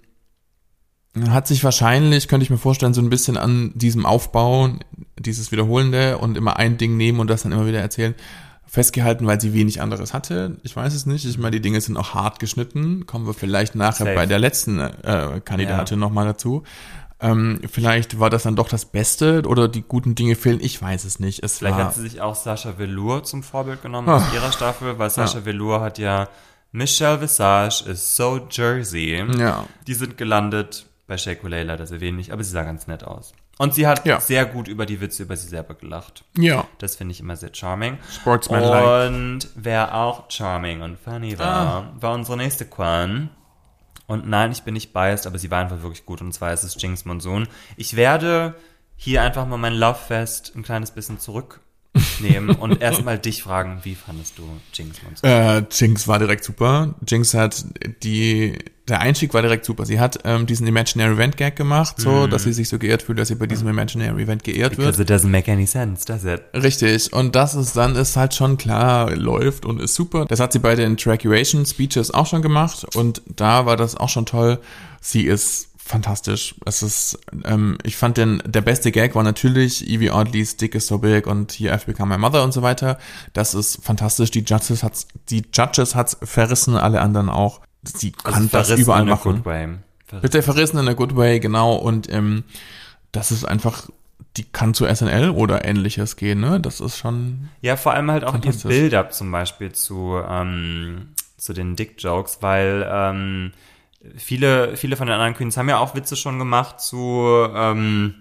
hat sich wahrscheinlich, könnte ich mir vorstellen, so ein bisschen an diesem Aufbau, dieses Wiederholende und immer ein Ding nehmen und das dann immer wieder erzählen, festgehalten, weil sie wenig anderes hatte. Ich weiß es nicht. Ich meine, die Dinge sind auch hart geschnitten. Kommen wir vielleicht nachher Safe. bei der letzten äh, Kandidatin ja. nochmal dazu. Ähm, vielleicht war das dann doch das Beste oder die guten Dinge fehlen. Ich weiß es nicht. Es vielleicht war, hat sie sich auch Sasha Velour zum Vorbild genommen aus oh. ihrer Staffel, weil Sasha ja. Velour hat ja Michelle Visage is so Jersey. Ja. Die sind gelandet bei Shea Coulee leider sehr wenig, aber sie sah ganz nett aus. Und sie hat ja. sehr gut über die Witze über sie selber gelacht. Ja. Das finde ich immer sehr charming. Sportsman-like. Und wer auch charming und funny war, ah. war unsere nächste Quan. Und nein, ich bin nicht biased, aber sie war einfach wirklich gut. Und zwar ist es Jinx Monsoon. Ich werde hier einfach mal mein Lovefest ein kleines bisschen zurücknehmen und erstmal dich fragen, wie fandest du Jinx Monsoon? Äh, Jinx war direkt super. Jinx hat die... Der Einstieg war direkt super. Sie hat ähm, diesen Imaginary Event Gag gemacht, so, mm. dass sie sich so geehrt fühlt, dass sie bei diesem Imaginary Event geehrt Because wird. Because it doesn't make any sense, does it? Richtig. Und das ist dann ist halt schon klar, läuft und ist super. Das hat sie bei den Tracuation Speeches auch schon gemacht und da war das auch schon toll. Sie ist fantastisch. Es ist, ähm, ich fand den, der beste Gag war natürlich Evie Oddly's Dick is so big und hier I've become my mother und so weiter. Das ist fantastisch. Die Judges hat's, die Judges hat's verrissen, alle anderen auch. Sie kann Also das überall in a machen. good way. Verrissen. Bitte verrissen in a good way, genau. Und ähm, das ist einfach, die kann zu S N L oder ähnliches gehen, ne? Das ist schon. Ja, vor allem halt auch ihr fantastisch. Build-up zum Beispiel zu, ähm, zu den Dick-Jokes, weil ähm, viele, viele von den anderen Queens haben ja auch Witze schon gemacht zu, ähm,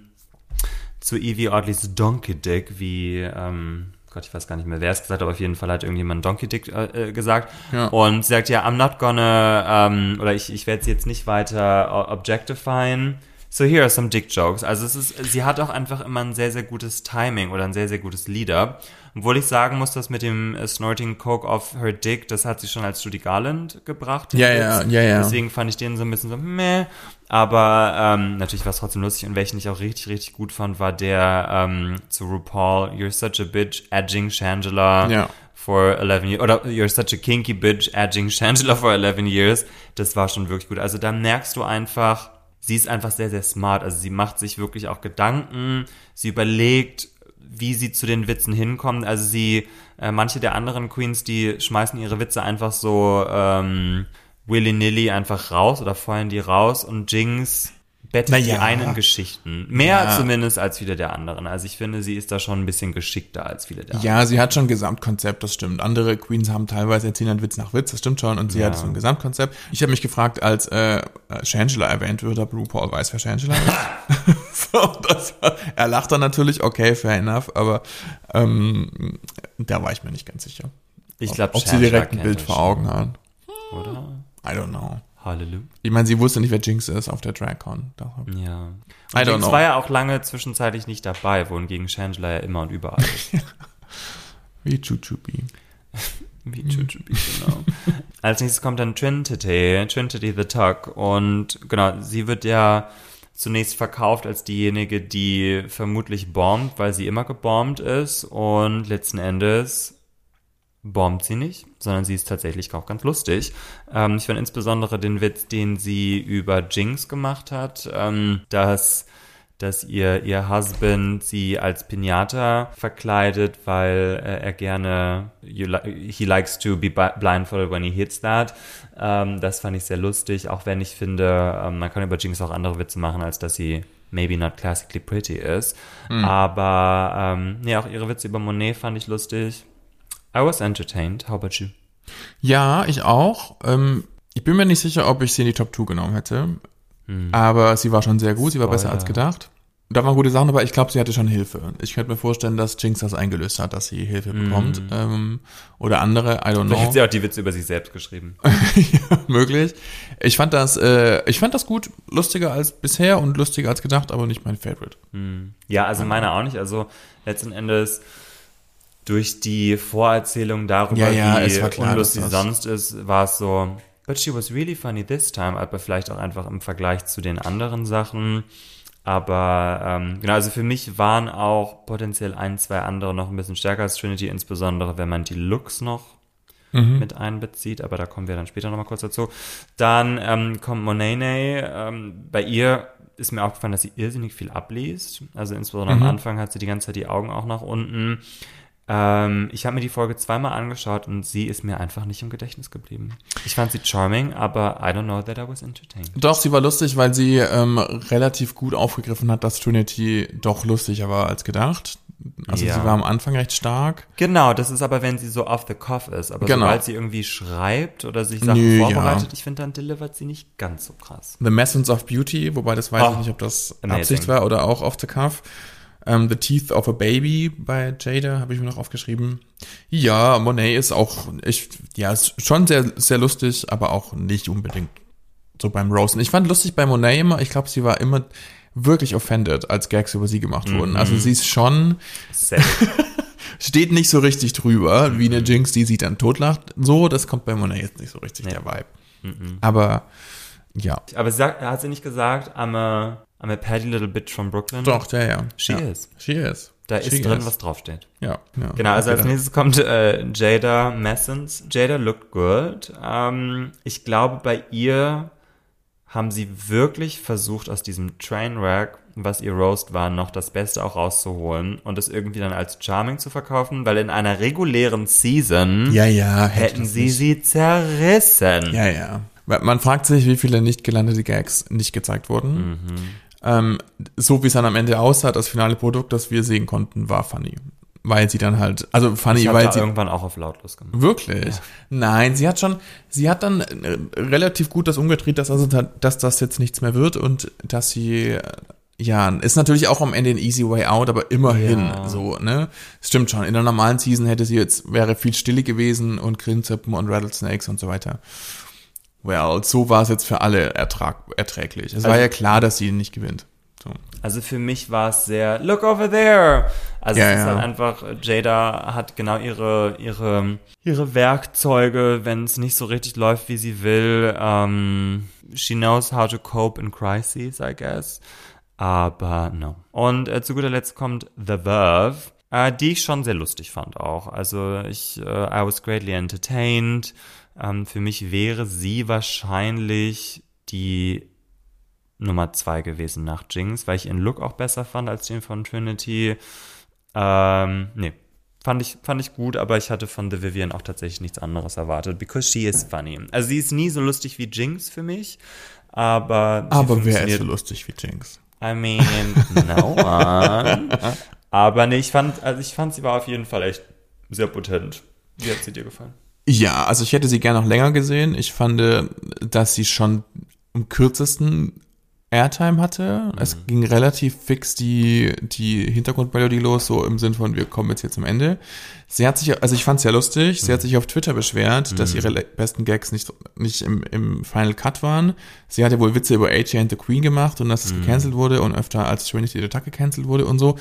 zu Evie Oddly's Donkey Dick, wie, ähm, Gott, ich weiß gar nicht mehr, wer es gesagt hat, aber auf jeden Fall hat irgendjemand Donkey Dick äh, gesagt. Ja. Und sie sagt, ja, I'm not gonna, ähm, oder ich, ich werde sie jetzt nicht weiter objectifying. So here are some dick jokes. Also es ist, sie hat auch einfach immer ein sehr, sehr gutes Timing oder ein sehr, sehr gutes Lead-up. Obwohl ich sagen muss, dass mit dem uh, Snorting Coke off her dick, das hat sie schon als Judy Garland gebracht. Ja, ja, ja, ja. Deswegen fand ich den so ein bisschen so, meh. Aber ähm, natürlich war es trotzdem lustig. Und welchen ich auch richtig, richtig gut fand, war der ähm, zu RuPaul, You're such a bitch, edging Shangela. Ja. For eleven years, oder You're such a kinky bitch, edging Shangela for eleven years. Das war schon wirklich gut. Also da merkst du einfach, sie ist einfach sehr, sehr smart. Also sie macht sich wirklich auch Gedanken. Sie überlegt, wie sie zu den Witzen hinkommt. Also sie, äh, manche der anderen Queens, die schmeißen ihre Witze einfach so ähm, willy-nilly einfach raus oder feuern die raus. Und Jinx bettet naja. die einen Geschichten. Mehr ja. zumindest als viele der anderen. Also ich finde, sie ist da schon ein bisschen geschickter als viele der anderen. Ja, sie hat schon ein Gesamtkonzept, das stimmt. Andere Queens haben teilweise erzählen dann Witz nach Witz, das stimmt schon. Und sie Ja. hat so ein Gesamtkonzept. Ich habe mich gefragt, als äh, Shangela erwähnt wird, ob RuPaul weiß, wer Shangela ist. so, das war, er lacht dann natürlich, okay, fair enough, aber ähm, da war ich mir nicht ganz sicher. Ich glaube, ob, ob sie direkt ein Bild vor Augen hat. Oder? I don't know. Halleluja. Ich meine, sie wusste nicht, wer Jinx ist auf der DragCon. Ja. I don't Jinx know. war ja auch lange zwischenzeitlich nicht dabei, wohingegen Shangela ja immer und überall ist. Wie Chuchubi. Wie Chuchubi, genau. Als nächstes kommt dann Trinity, Trinity the Tuck. Und genau, sie wird ja zunächst verkauft als diejenige, die vermutlich bombt, weil sie immer gebombt ist. Und letzten Endes bombt sie nicht, sondern sie ist tatsächlich auch ganz lustig. Ähm, ich fand insbesondere den Witz, den sie über Jinx gemacht hat, ähm, dass, dass ihr, ihr Husband sie als Pinata verkleidet, weil äh, er gerne, you li- he likes to be blindfolded when he hits that. Ähm, das fand ich sehr lustig, auch wenn ich finde, ähm, man kann über Jinx auch andere Witze machen, als dass sie maybe not classically pretty ist. Mhm. Aber ähm, nee, auch ihre Witze über Monet fand ich lustig. I was entertained. How about you? Ja, ich auch. Ähm, ich bin mir nicht sicher, ob ich sie in die Top zwei genommen hätte. Hm. Aber sie war schon sehr gut. Sie war Spoiler. besser als gedacht. Da waren gute Sachen, aber ich glaube, sie hatte schon Hilfe. Ich könnte mir vorstellen, dass Jinx das eingelöst hat, dass sie Hilfe hm. bekommt. Ähm, oder andere, I don't know. Vielleicht hat sie auch die Witze über sich selbst geschrieben. Ja, möglich. Ich fand das, äh, ich fand das gut. Lustiger als bisher und lustiger als gedacht, aber nicht mein Favorite. Hm. Ja, also meine auch nicht. Also letzten Endes durch die Vorerzählung darüber, ja, ja, wie klar, unlustig sie sonst ist, war es so, but she was really funny this time, aber vielleicht auch einfach im Vergleich zu den anderen Sachen. Aber ähm, genau, also für mich waren auch potenziell ein, zwei andere noch ein bisschen stärker als Trinity, insbesondere wenn man die Looks noch mhm. mit einbezieht, aber da kommen wir dann später nochmal kurz dazu. Dann ähm, kommt Monet, ähm, bei ihr ist mir aufgefallen, dass sie irrsinnig viel abliest, also insbesondere mhm. am Anfang hat sie die ganze Zeit die Augen auch nach unten. Ähm, ich habe mir die Folge zweimal angeschaut und sie ist mir einfach nicht im Gedächtnis geblieben. Ich fand sie charming, aber I don't know that I was entertained. Doch, sie war lustig, weil sie ähm, relativ gut aufgegriffen hat, dass Trinity doch lustiger war als gedacht. Also ja. Sie war am Anfang recht stark. Genau, das ist aber, wenn sie so off the cuff ist. Aber genau. sobald sie irgendwie schreibt oder sich Sachen Nö, vorbereitet, ja. ich finde, dann delivert sie nicht ganz so krass. The Messence of Beauty, wobei das weiß oh, ich nicht, ob das amazing. Absicht war oder auch off the cuff. Um, The Teeth of a Baby bei Jada habe ich mir noch aufgeschrieben. Ja, Monet ist auch, ich, ja, ist schon sehr, sehr lustig, aber auch nicht unbedingt so beim Roasten. Ich fand lustig bei Monet immer, ich glaube, sie war immer wirklich offended, als Gags über sie gemacht wurden. Mhm. Also sie ist schon, steht nicht so richtig drüber, mhm. wie eine Jinx, die sie dann totlacht. So, das kommt bei Monet jetzt nicht so richtig, nee. der Vibe. Mhm. Aber, ja. Aber sie sagt, hat sie nicht gesagt, I'm a, I'm a petty little bitch from Brooklyn? Doch, ja, ja. She ja. is. She is. Da She ist drin, is. was draufsteht. Ja, ja. Genau, also okay, als nächstes kommt äh, Jada Messence. Jada looked good. Ähm, ich glaube, bei ihr haben sie wirklich versucht, aus diesem Trainwreck, was ihr Roast war, noch das Beste auch rauszuholen und es irgendwie dann als charming zu verkaufen, weil in einer regulären Season ja, ja, hätten sie nicht. sie zerrissen. Ja, ja. Man fragt sich, wie viele nicht gelandete Gags nicht gezeigt wurden. Mhm. Ähm, so wie es dann am Ende aussah, das finale Produkt, das wir sehen konnten, war funny. Weil sie dann halt, also funny, ich weil da sie irgendwann auch auf lautlos gemacht. Wirklich? Ja. Nein, sie hat schon, sie hat dann relativ gut das umgedreht, dass, also, dass das jetzt nichts mehr wird und dass sie, ja, ist natürlich auch am Ende ein easy way out, aber immerhin ja. so, ne? Stimmt schon. In der normalen Season hätte sie jetzt, wäre viel Stille gewesen und Grinzippen und Rattlesnakes und so weiter. Well, so war es jetzt für alle ertrag, erträglich. Es also, war ja klar, dass sie nicht gewinnt. So. Also für mich war es sehr, look over there. Also ja, es ist ja. halt einfach, Jada hat genau ihre ihre ihre Werkzeuge, wenn es nicht so richtig läuft, wie sie will. Um, she knows how to cope in crises, I guess. Aber no. Und äh, zu guter Letzt kommt The Verve, äh, die ich schon sehr lustig fand auch. Also ich, äh, I was greatly entertained. Ähm, für mich wäre sie wahrscheinlich die Nummer zwei gewesen nach Jinx, weil ich ihren Look auch besser fand als den von Trinity. Ähm, nee, fand ich, fand ich gut, aber ich hatte von The Vivienne auch tatsächlich nichts anderes erwartet, because she is funny. Also sie ist nie so lustig wie Jinx für mich, aber Aber wer ist so lustig wie Jinx? I mean, no one. Aber nee, ich fand, also ich fand, sie war auf jeden Fall echt sehr potent. Wie hat sie dir gefallen? Ja, also ich hätte sie gerne noch länger gesehen. Ich fand, dass sie schon am kürzesten Airtime hatte. Mhm. Es ging relativ fix die, die Hintergrundmelodie los, so im Sinn von, wir kommen jetzt hier zum Ende. Sie hat sich, also ich fand es ja lustig, mhm. sie hat sich auf Twitter beschwert, mhm. dass ihre besten Gags nicht, nicht im, im Final Cut waren. Sie hatte wohl Witze über A J and the Queen gemacht und dass es mhm. gecancelt wurde und öfter als Trinity the Tuck gecancelt wurde und so.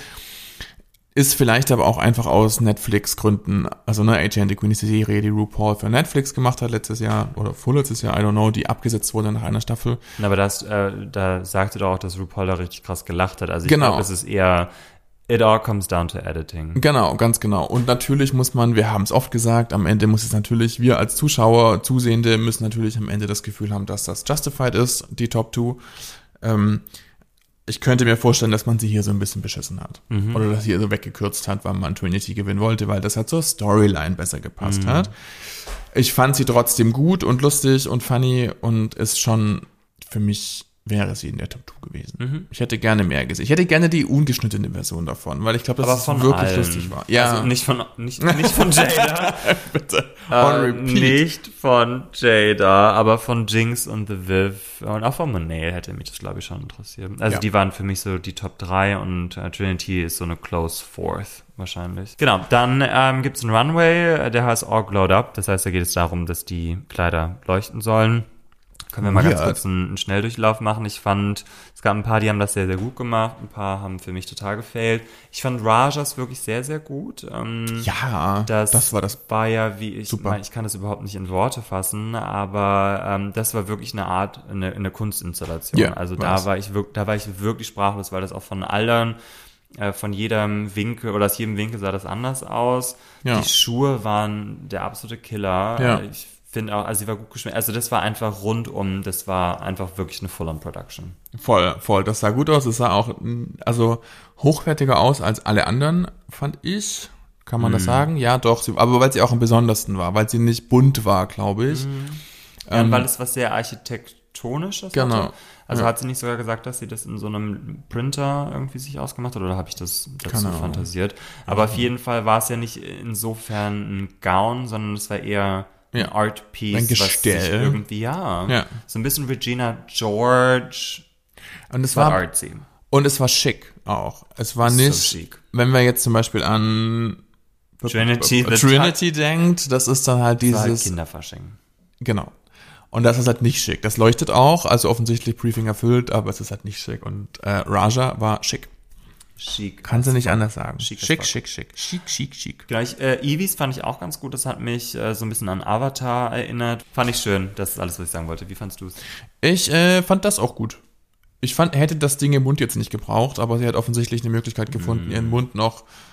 Ist vielleicht aber auch einfach aus Netflix-Gründen, also ne, A J and the Queen ist die Serie, die RuPaul für Netflix gemacht hat letztes Jahr oder vorletztes Jahr, I don't know, die abgesetzt wurde nach einer Staffel. Aber das, äh, da sagte doch auch, dass RuPaul da richtig krass gelacht hat. Also ich genau. glaube, es ist eher, it all comes down to editing. Genau, ganz genau. Und natürlich muss man, wir haben es oft gesagt, am Ende muss es natürlich, wir als Zuschauer, Zusehende müssen natürlich am Ende das Gefühl haben, dass das justified ist, die Top Two. Ähm, Ich könnte mir vorstellen, dass man sie hier so ein bisschen beschissen hat. Mhm. Oder dass sie hier so weggekürzt hat, weil man Trinity gewinnen wollte, weil das halt zur Storyline besser gepasst mhm. hat. Ich fand sie trotzdem gut und lustig und funny und ist schon, für mich wäre sie in der Top zwei gewesen. Mhm. Ich hätte gerne mehr gesehen. Ich hätte gerne die ungeschnittene Version davon, weil ich glaube, dass es wirklich allen. lustig war. Ja. Also nicht von, nicht, nicht von Jada. Bitte. Äh, nicht von Jada, aber von Jinx und The Viv und auch von Monet hätte mich das, glaube ich, schon interessiert. Also ja. die waren für mich so die Top drei und äh, Trinity ist so eine close fourth wahrscheinlich. Genau, dann ähm, gibt es einen Runway, der heißt All Glowed Up. Das heißt, da geht es darum, dass die Kleider leuchten sollen. Können wir mal ganz kurz einen, einen Schnelldurchlauf machen. Ich fand, es gab ein paar, die haben das sehr, sehr gut gemacht. Ein paar haben für mich total gefailt. Ich fand Rajas wirklich sehr, sehr gut. Ähm, ja, das, das war das. war ja, wie ich super. meine, ich kann das überhaupt nicht in Worte fassen, aber ähm, das war wirklich eine Art, eine, eine Kunstinstallation. Ja, also da war ich wirklich, da war ich wirklich sprachlos, weil das auch von allen, äh, von jedem Winkel oder aus jedem Winkel sah das anders aus. Ja. Die Schuhe waren der absolute Killer. Ja. Ich finde auch, also sie war gut geschminkt. Also das war einfach rundum, das war einfach wirklich eine Full-on-Production. Voll, voll. Das sah gut aus. Es sah auch, also hochwertiger aus als alle anderen, fand ich. Kann man mm. das sagen? Ja, doch. Sie, aber weil sie auch am besondersten war, weil sie nicht bunt war, glaube ich. Mm. Ja, ähm, weil es was sehr architektonisches genau. hatte. Also ja. hat sie nicht sogar gesagt, dass sie das in so einem Printer irgendwie sich ausgemacht hat, oder habe ich das dazu Keine fantasiert? Aber ja. auf jeden Fall war es ja nicht insofern ein Gown, sondern es war eher ein ja. Art Piece, ein Gestell. Was sich irgendwie, ja, ja, so ein bisschen Regina George. Und es war artsy. Und es war schick auch. Es war nicht, so schick. Wenn wir jetzt zum Beispiel an Trinity, Trinity denkt, das ist dann halt dieses halt Kinderfasching. Genau. Und das ist halt nicht schick. Das leuchtet auch, also offensichtlich Briefing erfüllt, aber es ist halt nicht schick. Und äh, Raja war schick. Schick. Kannst du nicht anders sagen. Schick, schick, schick, schick. Schick, schick, schick. Gleich, äh, Eevees fand ich auch ganz gut. Das hat mich äh, so ein bisschen an Avatar erinnert. Fand ich schön. Das ist alles, was ich sagen wollte. Wie fandst du es? Ich äh, fand das auch gut. Ich fand, hätte das Ding im Mund jetzt nicht gebraucht, aber sie hat offensichtlich eine Möglichkeit gefunden, mm. ihren Mund noch, I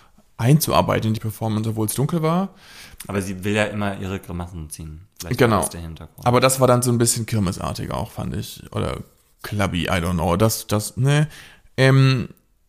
einzuarbeiten in die Performance, obwohl es dunkel war. Aber sie will ja immer ihre Grimassen ziehen. Vielleicht Genau. war das der Hintergrund. Aber das war dann so ein bisschen kirmesartig auch, fand ich. Oder clubby, I don't know. Das, das, ne. Ähm,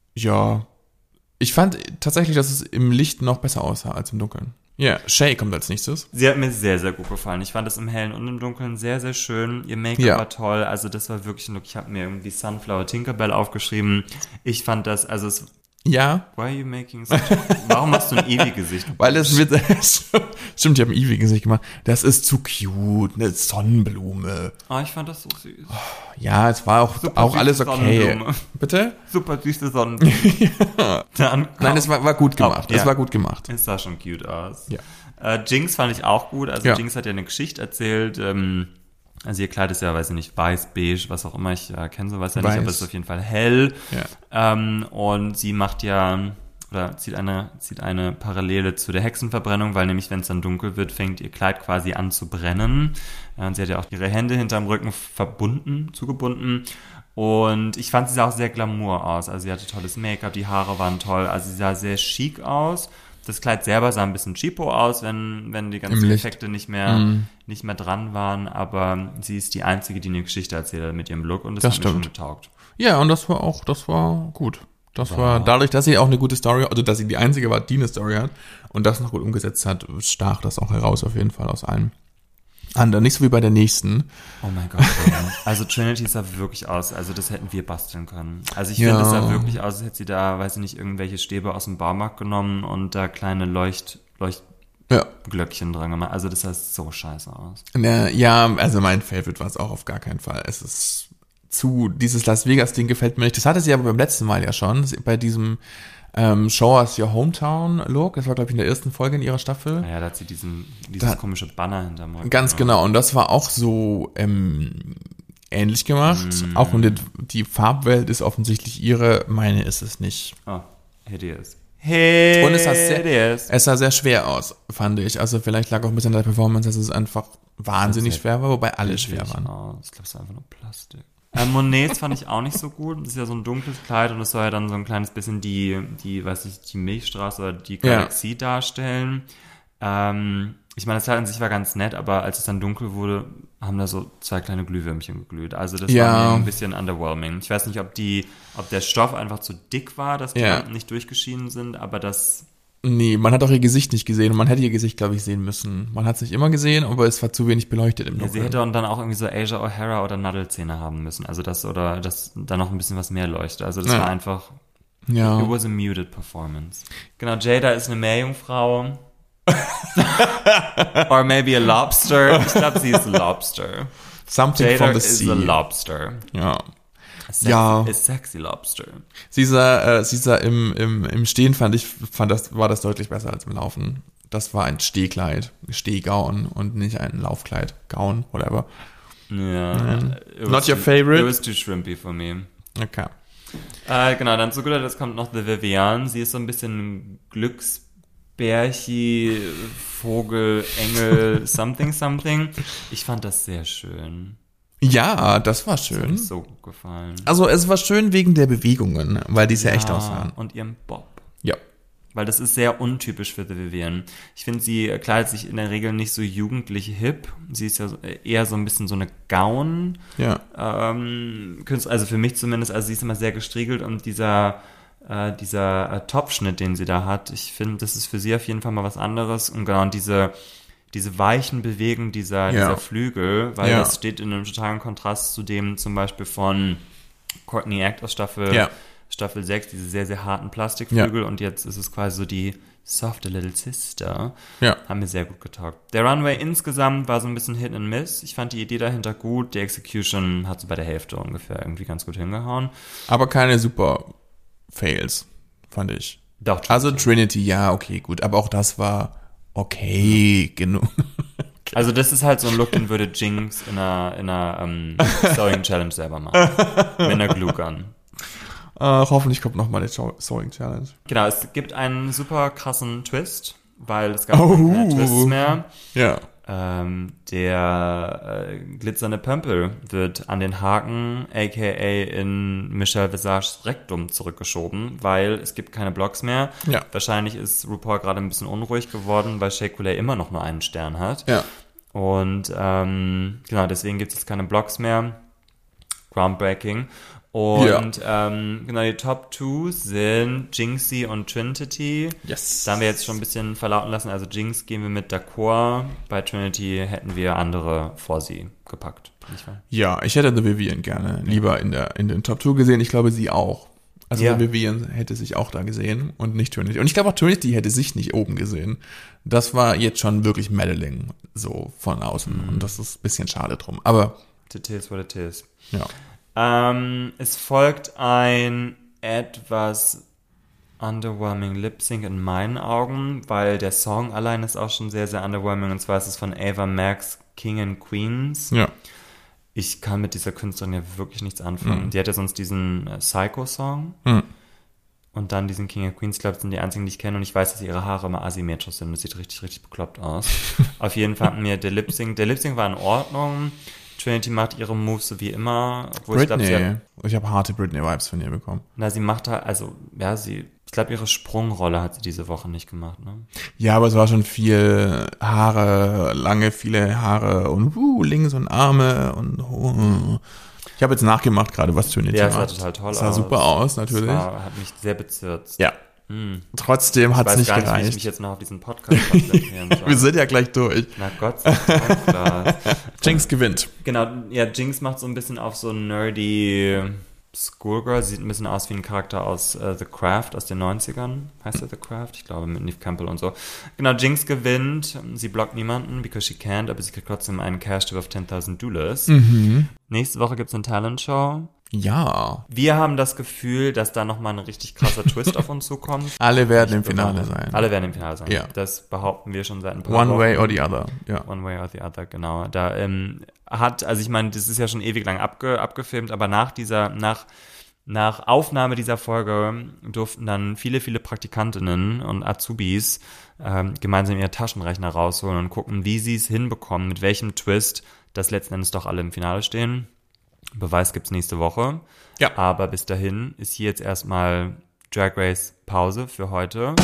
ja. Ich fand tatsächlich, dass es im Licht noch besser aussah als im Dunkeln. Ja, yeah. Shay kommt als nächstes. Sie hat mir sehr, sehr gut gefallen. Ich fand es im Hellen und im Dunkeln sehr, sehr schön. Ihr Make-up ja. war toll. Also das war wirklich ein Look. Ich habe mir irgendwie Sunflower Tinkerbell aufgeschrieben. Ich fand das, also es... Ja. Why are you making such a, warum machst du ein Eevee-Gesicht? Weil es wird, stimmt, ich habe ein Eevee-Gesicht gemacht. Das ist zu cute, eine Sonnenblume. Oh, ich fand das so süß. Ja, es war auch, auch alles okay. Bitte? Super süße Sonnenblume. ja. Dann Nein, es war, war gut gemacht. Oh, ja. Es war gut gemacht. Es sah schon cute aus. Ja. Äh, Jinx fand ich auch gut. Also ja. Jinx hat ja eine Geschichte erzählt. Ähm, also ihr Kleid ist ja, weiß ich nicht, weiß, beige, was auch immer. Ich äh, kenne sowas ja weiß. nicht, aber es ist auf jeden Fall hell. Ja. Ähm, und sie macht ja, oder zieht eine, zieht eine Parallele zu der Hexenverbrennung, weil nämlich, wenn es dann dunkel wird, fängt ihr Kleid quasi an zu brennen. Ja, und sie hat ja auch ihre Hände hinterm Rücken verbunden, zugebunden. Und ich fand, sie sah auch sehr glamour aus. Also sie hatte tolles Make-up, die Haare waren toll. Also sie sah sehr chic aus. Das Kleid selber sah ein bisschen cheapo aus, wenn, wenn die ganzen Effekte nicht mehr, mm. nicht mehr dran waren. Aber sie ist die Einzige, die eine Geschichte erzählt hat mit ihrem Look. Und das, das hat stimmt. mir schon getaugt. Ja, und das war auch, das war gut. Das wow. war dadurch, dass sie auch eine gute Story, also dass sie die Einzige war, die eine Story hat und das noch gut umgesetzt hat, stach das auch heraus auf jeden Fall aus allem. Andere, nicht so wie bei der nächsten. Oh mein Gott. Also Trinity sah wirklich aus, also das hätten wir basteln können. Also ich ja. finde, es sah wirklich aus, als hätte sie da, weiß ich nicht, irgendwelche Stäbe aus dem Baumarkt genommen und da kleine Leucht, Leucht ja. Glöckchen dran gemacht. Also das sah so scheiße aus. Ja, also mein Favorite war es auch auf gar keinen Fall. Es ist zu, dieses Las Vegas-Ding gefällt mir nicht. Das hatte sie aber beim letzten Mal ja schon, bei diesem Ähm, Show Us Your Hometown Look. Das war, glaube ich, in der ersten Folge in ihrer Staffel. Ja, da hat sie diesen, dieses da, komische Banner hinterm Rücken. Ganz genau. Und das war auch so ähm, ähnlich gemacht. Mm. Auch und die, die Farbwelt ist offensichtlich ihre. Meine ist es nicht. Oh, hideous. Hideous. Und es sah, sehr, es sah sehr schwer aus, fand ich. Also vielleicht lag auch ein bisschen an der Performance, dass es einfach wahnsinnig schwer war, wobei alle schwer waren. Aus. Ich glaube, es war einfach nur Plastik. Ähm, Monets fand ich auch nicht so gut. Das ist ja so ein dunkles Kleid und es soll ja dann so ein kleines bisschen die, die, weiß ich, die Milchstraße oder die Galaxie ja. darstellen. Ähm, ich meine, das Kleid an sich war ganz nett, aber als es dann dunkel wurde, haben da so zwei kleine Glühwürmchen geglüht. Also das ja. war mir ein bisschen underwhelming. Ich weiß nicht, ob die, ob der Stoff einfach zu dick war, dass die ja. Lampen nicht durchgeschienen sind, aber das... Nee, man hat auch ihr Gesicht nicht gesehen und man hätte ihr Gesicht, glaube ich, sehen müssen. Man hat es nicht immer gesehen, aber es war zu wenig beleuchtet im Dunkeln. Ja, sie hätte dann auch irgendwie so Asia O'Hara oder Nadelzähne haben müssen. Also das, oder dass da noch ein bisschen was mehr leuchtet. Also das ja. war einfach, ja. it was a muted performance. Genau, Jada ist eine Meerjungfrau. Or maybe a lobster. Ich glaube, sie ist a lobster. Something Jada from the sea. is a lobster. Ja. A sexy, ja. a sexy lobster. Sie sah, äh, sie sah im, im, im Stehen, fand ich, fand das, war das deutlich besser als im Laufen. Das war ein Stehkleid, Stehgaun und nicht ein Laufkleid. Gaun, whatever. Ja. Not your favorite? It was too shrimpy for me. Okay. Äh, genau, dann zu guter Letzt kommt noch The Vivian. Sie ist so ein bisschen Glücksbärchi, Vogel, Engel, something, something. Ich fand das sehr schön. Ja, das war schön. Das hat mir so gut gefallen. Also es war schön wegen der Bewegungen, weil die sehr ja, echt aussahen. Und ihrem Bob. Ja. Weil das ist sehr untypisch für The Vivian. Ich finde, sie kleidet sich in der Regel nicht so jugendlich hip. Sie ist ja eher so ein bisschen so eine Gaun. Ja. Ähm, also für mich zumindest, also sie ist immer sehr gestriegelt und dieser, äh, dieser äh, Topfschnitt, den sie da hat, ich finde, das ist für sie auf jeden Fall mal was anderes. Und genau, und diese diese weichen Bewegungen dieser, ja. dieser Flügel, weil ja. das steht in einem totalen Kontrast zu dem zum Beispiel von Courtney Act aus Staffel, ja. Staffel sechs, diese sehr, sehr harten Plastikflügel ja. und jetzt ist es quasi so die softe little sister. Ja. Haben mir sehr gut getaugt. Der Runway insgesamt war so ein bisschen Hit and Miss. Ich fand die Idee dahinter gut. Die Execution hat so bei der Hälfte ungefähr irgendwie ganz gut hingehauen. Aber keine super Fails, fand ich. Doch, Trinity. Also Trinity, ja, okay, gut. Aber auch das war okay, genug. Okay. Also das ist halt so ein Look, den würde Jinx in einer, in einer ähm, Sewing Challenge selber machen. Mit einer Glue Gun. Uh, hoffentlich kommt nochmal die Sewing Challenge. Genau, es gibt einen super krassen Twist, weil es gab oh, keine Twists mehr. Ja. Ähm, der äh, glitzernde Pömpel wird an den Haken, aka in Michelle Visages Rektum zurückgeschoben, weil es gibt keine Blogs mehr. Ja. Wahrscheinlich ist RuPaul gerade ein bisschen unruhig geworden, weil Shea Coulee immer noch nur einen Stern hat. Ja. Und ähm, genau, deswegen gibt es keine Blogs mehr. Groundbreaking. Und ja. ähm, genau, die Top zwei sind Jinxie und Trinity. Yes. Da haben wir jetzt schon ein bisschen verlauten lassen. Also Jinx gehen wir mit d'accord. Bei Trinity hätten wir andere vor sie gepackt. Nicht wahr? Ja, ich hätte The Vivienne gerne lieber in der in den Top zwei gesehen. Ich glaube, sie auch. Also ja. The Vivienne hätte sich auch da gesehen und nicht Trinity. Und ich glaube auch Trinity hätte sich nicht oben gesehen. Das war jetzt schon wirklich Meddling, so von außen. Mhm. Und das ist ein bisschen schade drum. Aber it is what it is. Ja. Ähm, es folgt ein etwas underwhelming Lip-Sync in meinen Augen, weil der Song allein ist auch schon sehr, sehr underwhelming. Und zwar ist es von Ava Max, King and Queens. Ja. Ich kann mit dieser Künstlerin ja wirklich nichts anfangen. Mhm. Die hatte sonst diesen äh, Psycho-Song mhm. und dann diesen King and Queens. Ich glaube, das sind die einzigen, die ich kenne. Und ich weiß, dass ihre Haare immer asymmetrisch sind. Das sieht richtig, richtig bekloppt aus. Auf jeden Fall mir der Lip-Sync. Der Lip-Sync war in Ordnung. Trinity macht ihre Moves so wie immer. Britney. Ich, glaub, sie hat, ich habe harte Britney-Vibes von ihr bekommen. Na, sie macht halt, also, ja, sie, ich glaube, ihre Sprungrolle hat sie diese Woche nicht gemacht, ne? Ja, aber es war schon viel Haare, lange, viele Haare und uh, links und Arme und uh. Ich habe jetzt nachgemacht gerade, was Trinity ja, macht. Ja, sah total toll aus. Sah super aus, natürlich. Das war, hat mich sehr bezirzt. Ja. Hm. Trotzdem hat es nicht gereicht. Ich weiß gar nicht, wie ich mich jetzt noch auf diesen Podcast konzentrieren soll. Wir sind ja gleich durch. Na Gott sei Dank, klar. Jinx gewinnt. Genau, ja, Jinx macht so ein bisschen auf so nerdy Schoolgirl. Sieht ein bisschen aus wie ein Charakter aus uh, The Craft aus den neunzigern. Heißt der The Craft? Ich glaube, mit Neve Campbell und so. Genau, Jinx gewinnt. Sie blockt niemanden, because she can't, aber sie kriegt trotzdem einen Cash-Tip of ten thousand Dollars. Mhm. Nächste Woche gibt es eine Talent-Show. Ja. Wir haben das Gefühl, dass da nochmal ein richtig krasser Twist auf uns zukommt. Alle werden im Finale sein. Alle werden im Finale sein. Ja. Das behaupten wir schon seit ein paar One Wochen. way or the other. Ja. One way or the other, genau. Da ähm, hat, also ich meine, das ist ja schon ewig lang abge, abgefilmt, aber nach dieser, nach, nach Aufnahme dieser Folge durften dann viele, viele Praktikantinnen und Azubis ähm, gemeinsam ihre Taschenrechner rausholen und gucken, wie sie es hinbekommen, mit welchem Twist, dass letzten Endes doch alle im Finale stehen. Beweis gibt's nächste Woche. Ja. Aber bis dahin ist hier jetzt erstmal Drag Race Pause für heute.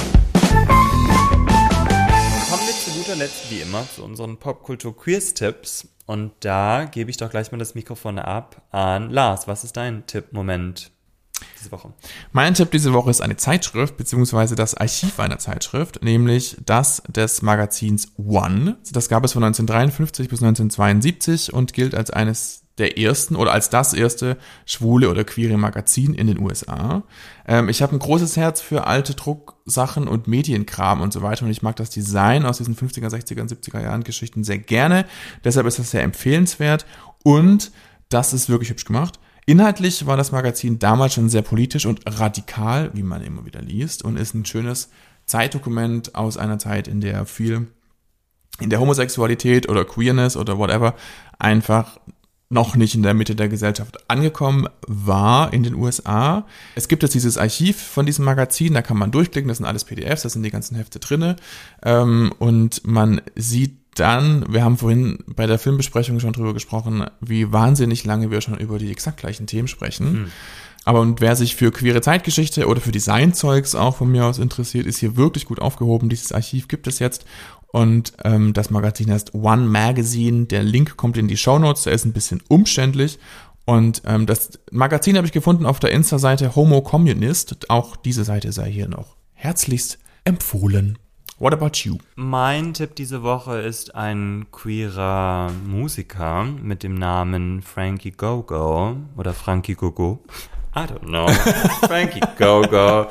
Kommen wir zu guter Letzt wie immer zu unseren Popkultur-Quiz-Tipps. Und da gebe ich doch gleich mal das Mikrofon ab an Lars. Was ist dein Tipp-Moment diese Woche? Mein Tipp diese Woche ist eine Zeitschrift, beziehungsweise das Archiv einer Zeitschrift, nämlich das des Magazins One. Das gab es von neunzehnhundertdreiundfünfzig bis neunzehnhundertzweiundsiebzig und gilt als eines der ersten oder als das erste schwule oder queere Magazin in den U S A. Ähm, ich habe ein großes Herz für alte Drucksachen und Medienkram und so weiter und ich mag das Design aus diesen fünfziger, sechziger und siebziger Jahren Geschichten sehr gerne. Deshalb ist das sehr empfehlenswert und das ist wirklich hübsch gemacht. Inhaltlich war das Magazin damals schon sehr politisch und radikal, wie man immer wieder liest, und ist ein schönes Zeitdokument aus einer Zeit, in der viel in der Homosexualität oder Queerness oder whatever einfach noch nicht in der Mitte der Gesellschaft angekommen war in den U S A. Es gibt jetzt dieses Archiv von diesem Magazin, da kann man durchklicken, das sind alles P D Fs, da sind die ganzen Hefte drinne ähm, und man sieht dann, wir haben vorhin bei der Filmbesprechung schon drüber gesprochen, wie wahnsinnig lange wir schon über die exakt gleichen Themen sprechen. Mhm. Aber und wer sich für queere Zeitgeschichte oder für Designzeugs auch von mir aus interessiert, ist hier wirklich gut aufgehoben. Dieses Archiv gibt es jetzt. Und ähm, das Magazin heißt One Magazine. Der Link kommt in die Shownotes. Der ist ein bisschen umständlich. Und ähm, das Magazin habe ich gefunden auf der Insta-Seite Homo Communist. Auch diese Seite sei hier noch herzlichst empfohlen. What about you? Mein Tipp diese Woche ist ein queerer Musiker mit dem Namen Frankie Gogo oder Frankie Gogo. I don't know. Frankie Gogo.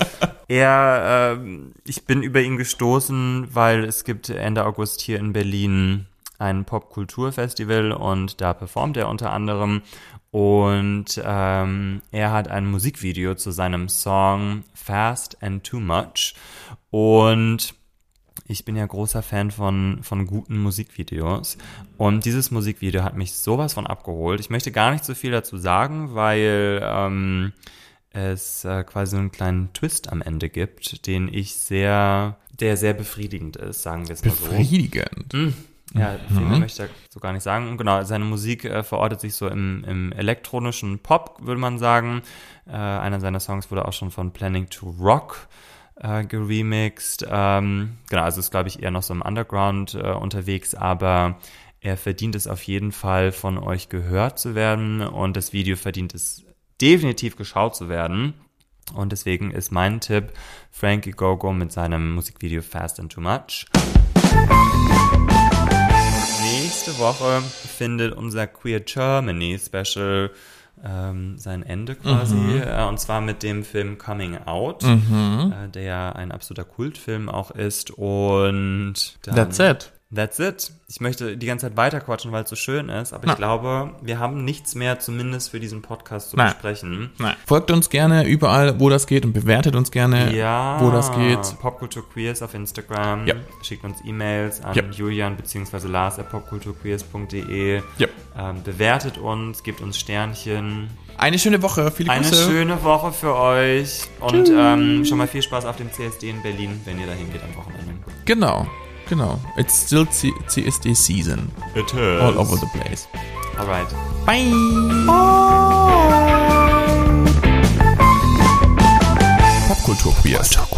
Er, ähm, ich bin über ihn gestoßen, weil es gibt Ende August hier in Berlin ein Popkulturfestival und da performt er unter anderem. Und ähm, er hat ein Musikvideo zu seinem Song Fast and Too Much. Und ich bin ja großer Fan von, von guten Musikvideos und dieses Musikvideo hat mich sowas von abgeholt. Ich möchte gar nicht so viel dazu sagen, weil ähm, es äh, quasi so einen kleinen Twist am Ende gibt, den ich sehr, der sehr befriedigend ist, sagen wir es mal so. Befriedigend? Mm. Ja, viel mehr möchte ich so gar nicht sagen. Genau, seine Musik äh, verortet sich so im, im elektronischen Pop, würde man sagen. Äh, einer seiner Songs wurde auch schon von Planning to Rock äh, geremixed. Ähm, genau, also ist, glaube ich, eher noch so im Underground äh, unterwegs, aber er verdient es auf jeden Fall, von euch gehört zu werden, und das Video verdient es definitiv, geschaut zu werden. Und deswegen ist mein Tipp Frankie Gogo mit seinem Musikvideo Fast and Too Much. Nächste Woche findet unser Queer Germany Special ähm, sein Ende quasi, mhm. äh, und zwar mit dem Film Coming Out, mhm. äh, der ja ein absoluter Kultfilm auch ist, und dann, That's it. That's it. Ich möchte die ganze Zeit weiterquatschen, weil es so schön ist, aber Na. ich glaube, wir haben nichts mehr, zumindest für diesen Podcast zu Nein. besprechen. Nein. Folgt uns gerne überall, wo das geht, und bewertet uns gerne, ja, wo das geht. Popkultur Queers auf Instagram. Ja. Schickt uns E-Mails an ja. Julian bzw. Lars at popkulturqueers punkt de. Ja. Ähm, bewertet uns, gebt uns Sternchen. Eine schöne Woche, viele Eine Grüße. Eine schöne Woche für euch, und ähm, schon mal viel Spaß auf dem C S D in Berlin, wenn ihr dahin geht am Wochenende. Genau. Genau. It's still C- CSD season. It is. All over the place. Alright. Bye. Popkultur Queers.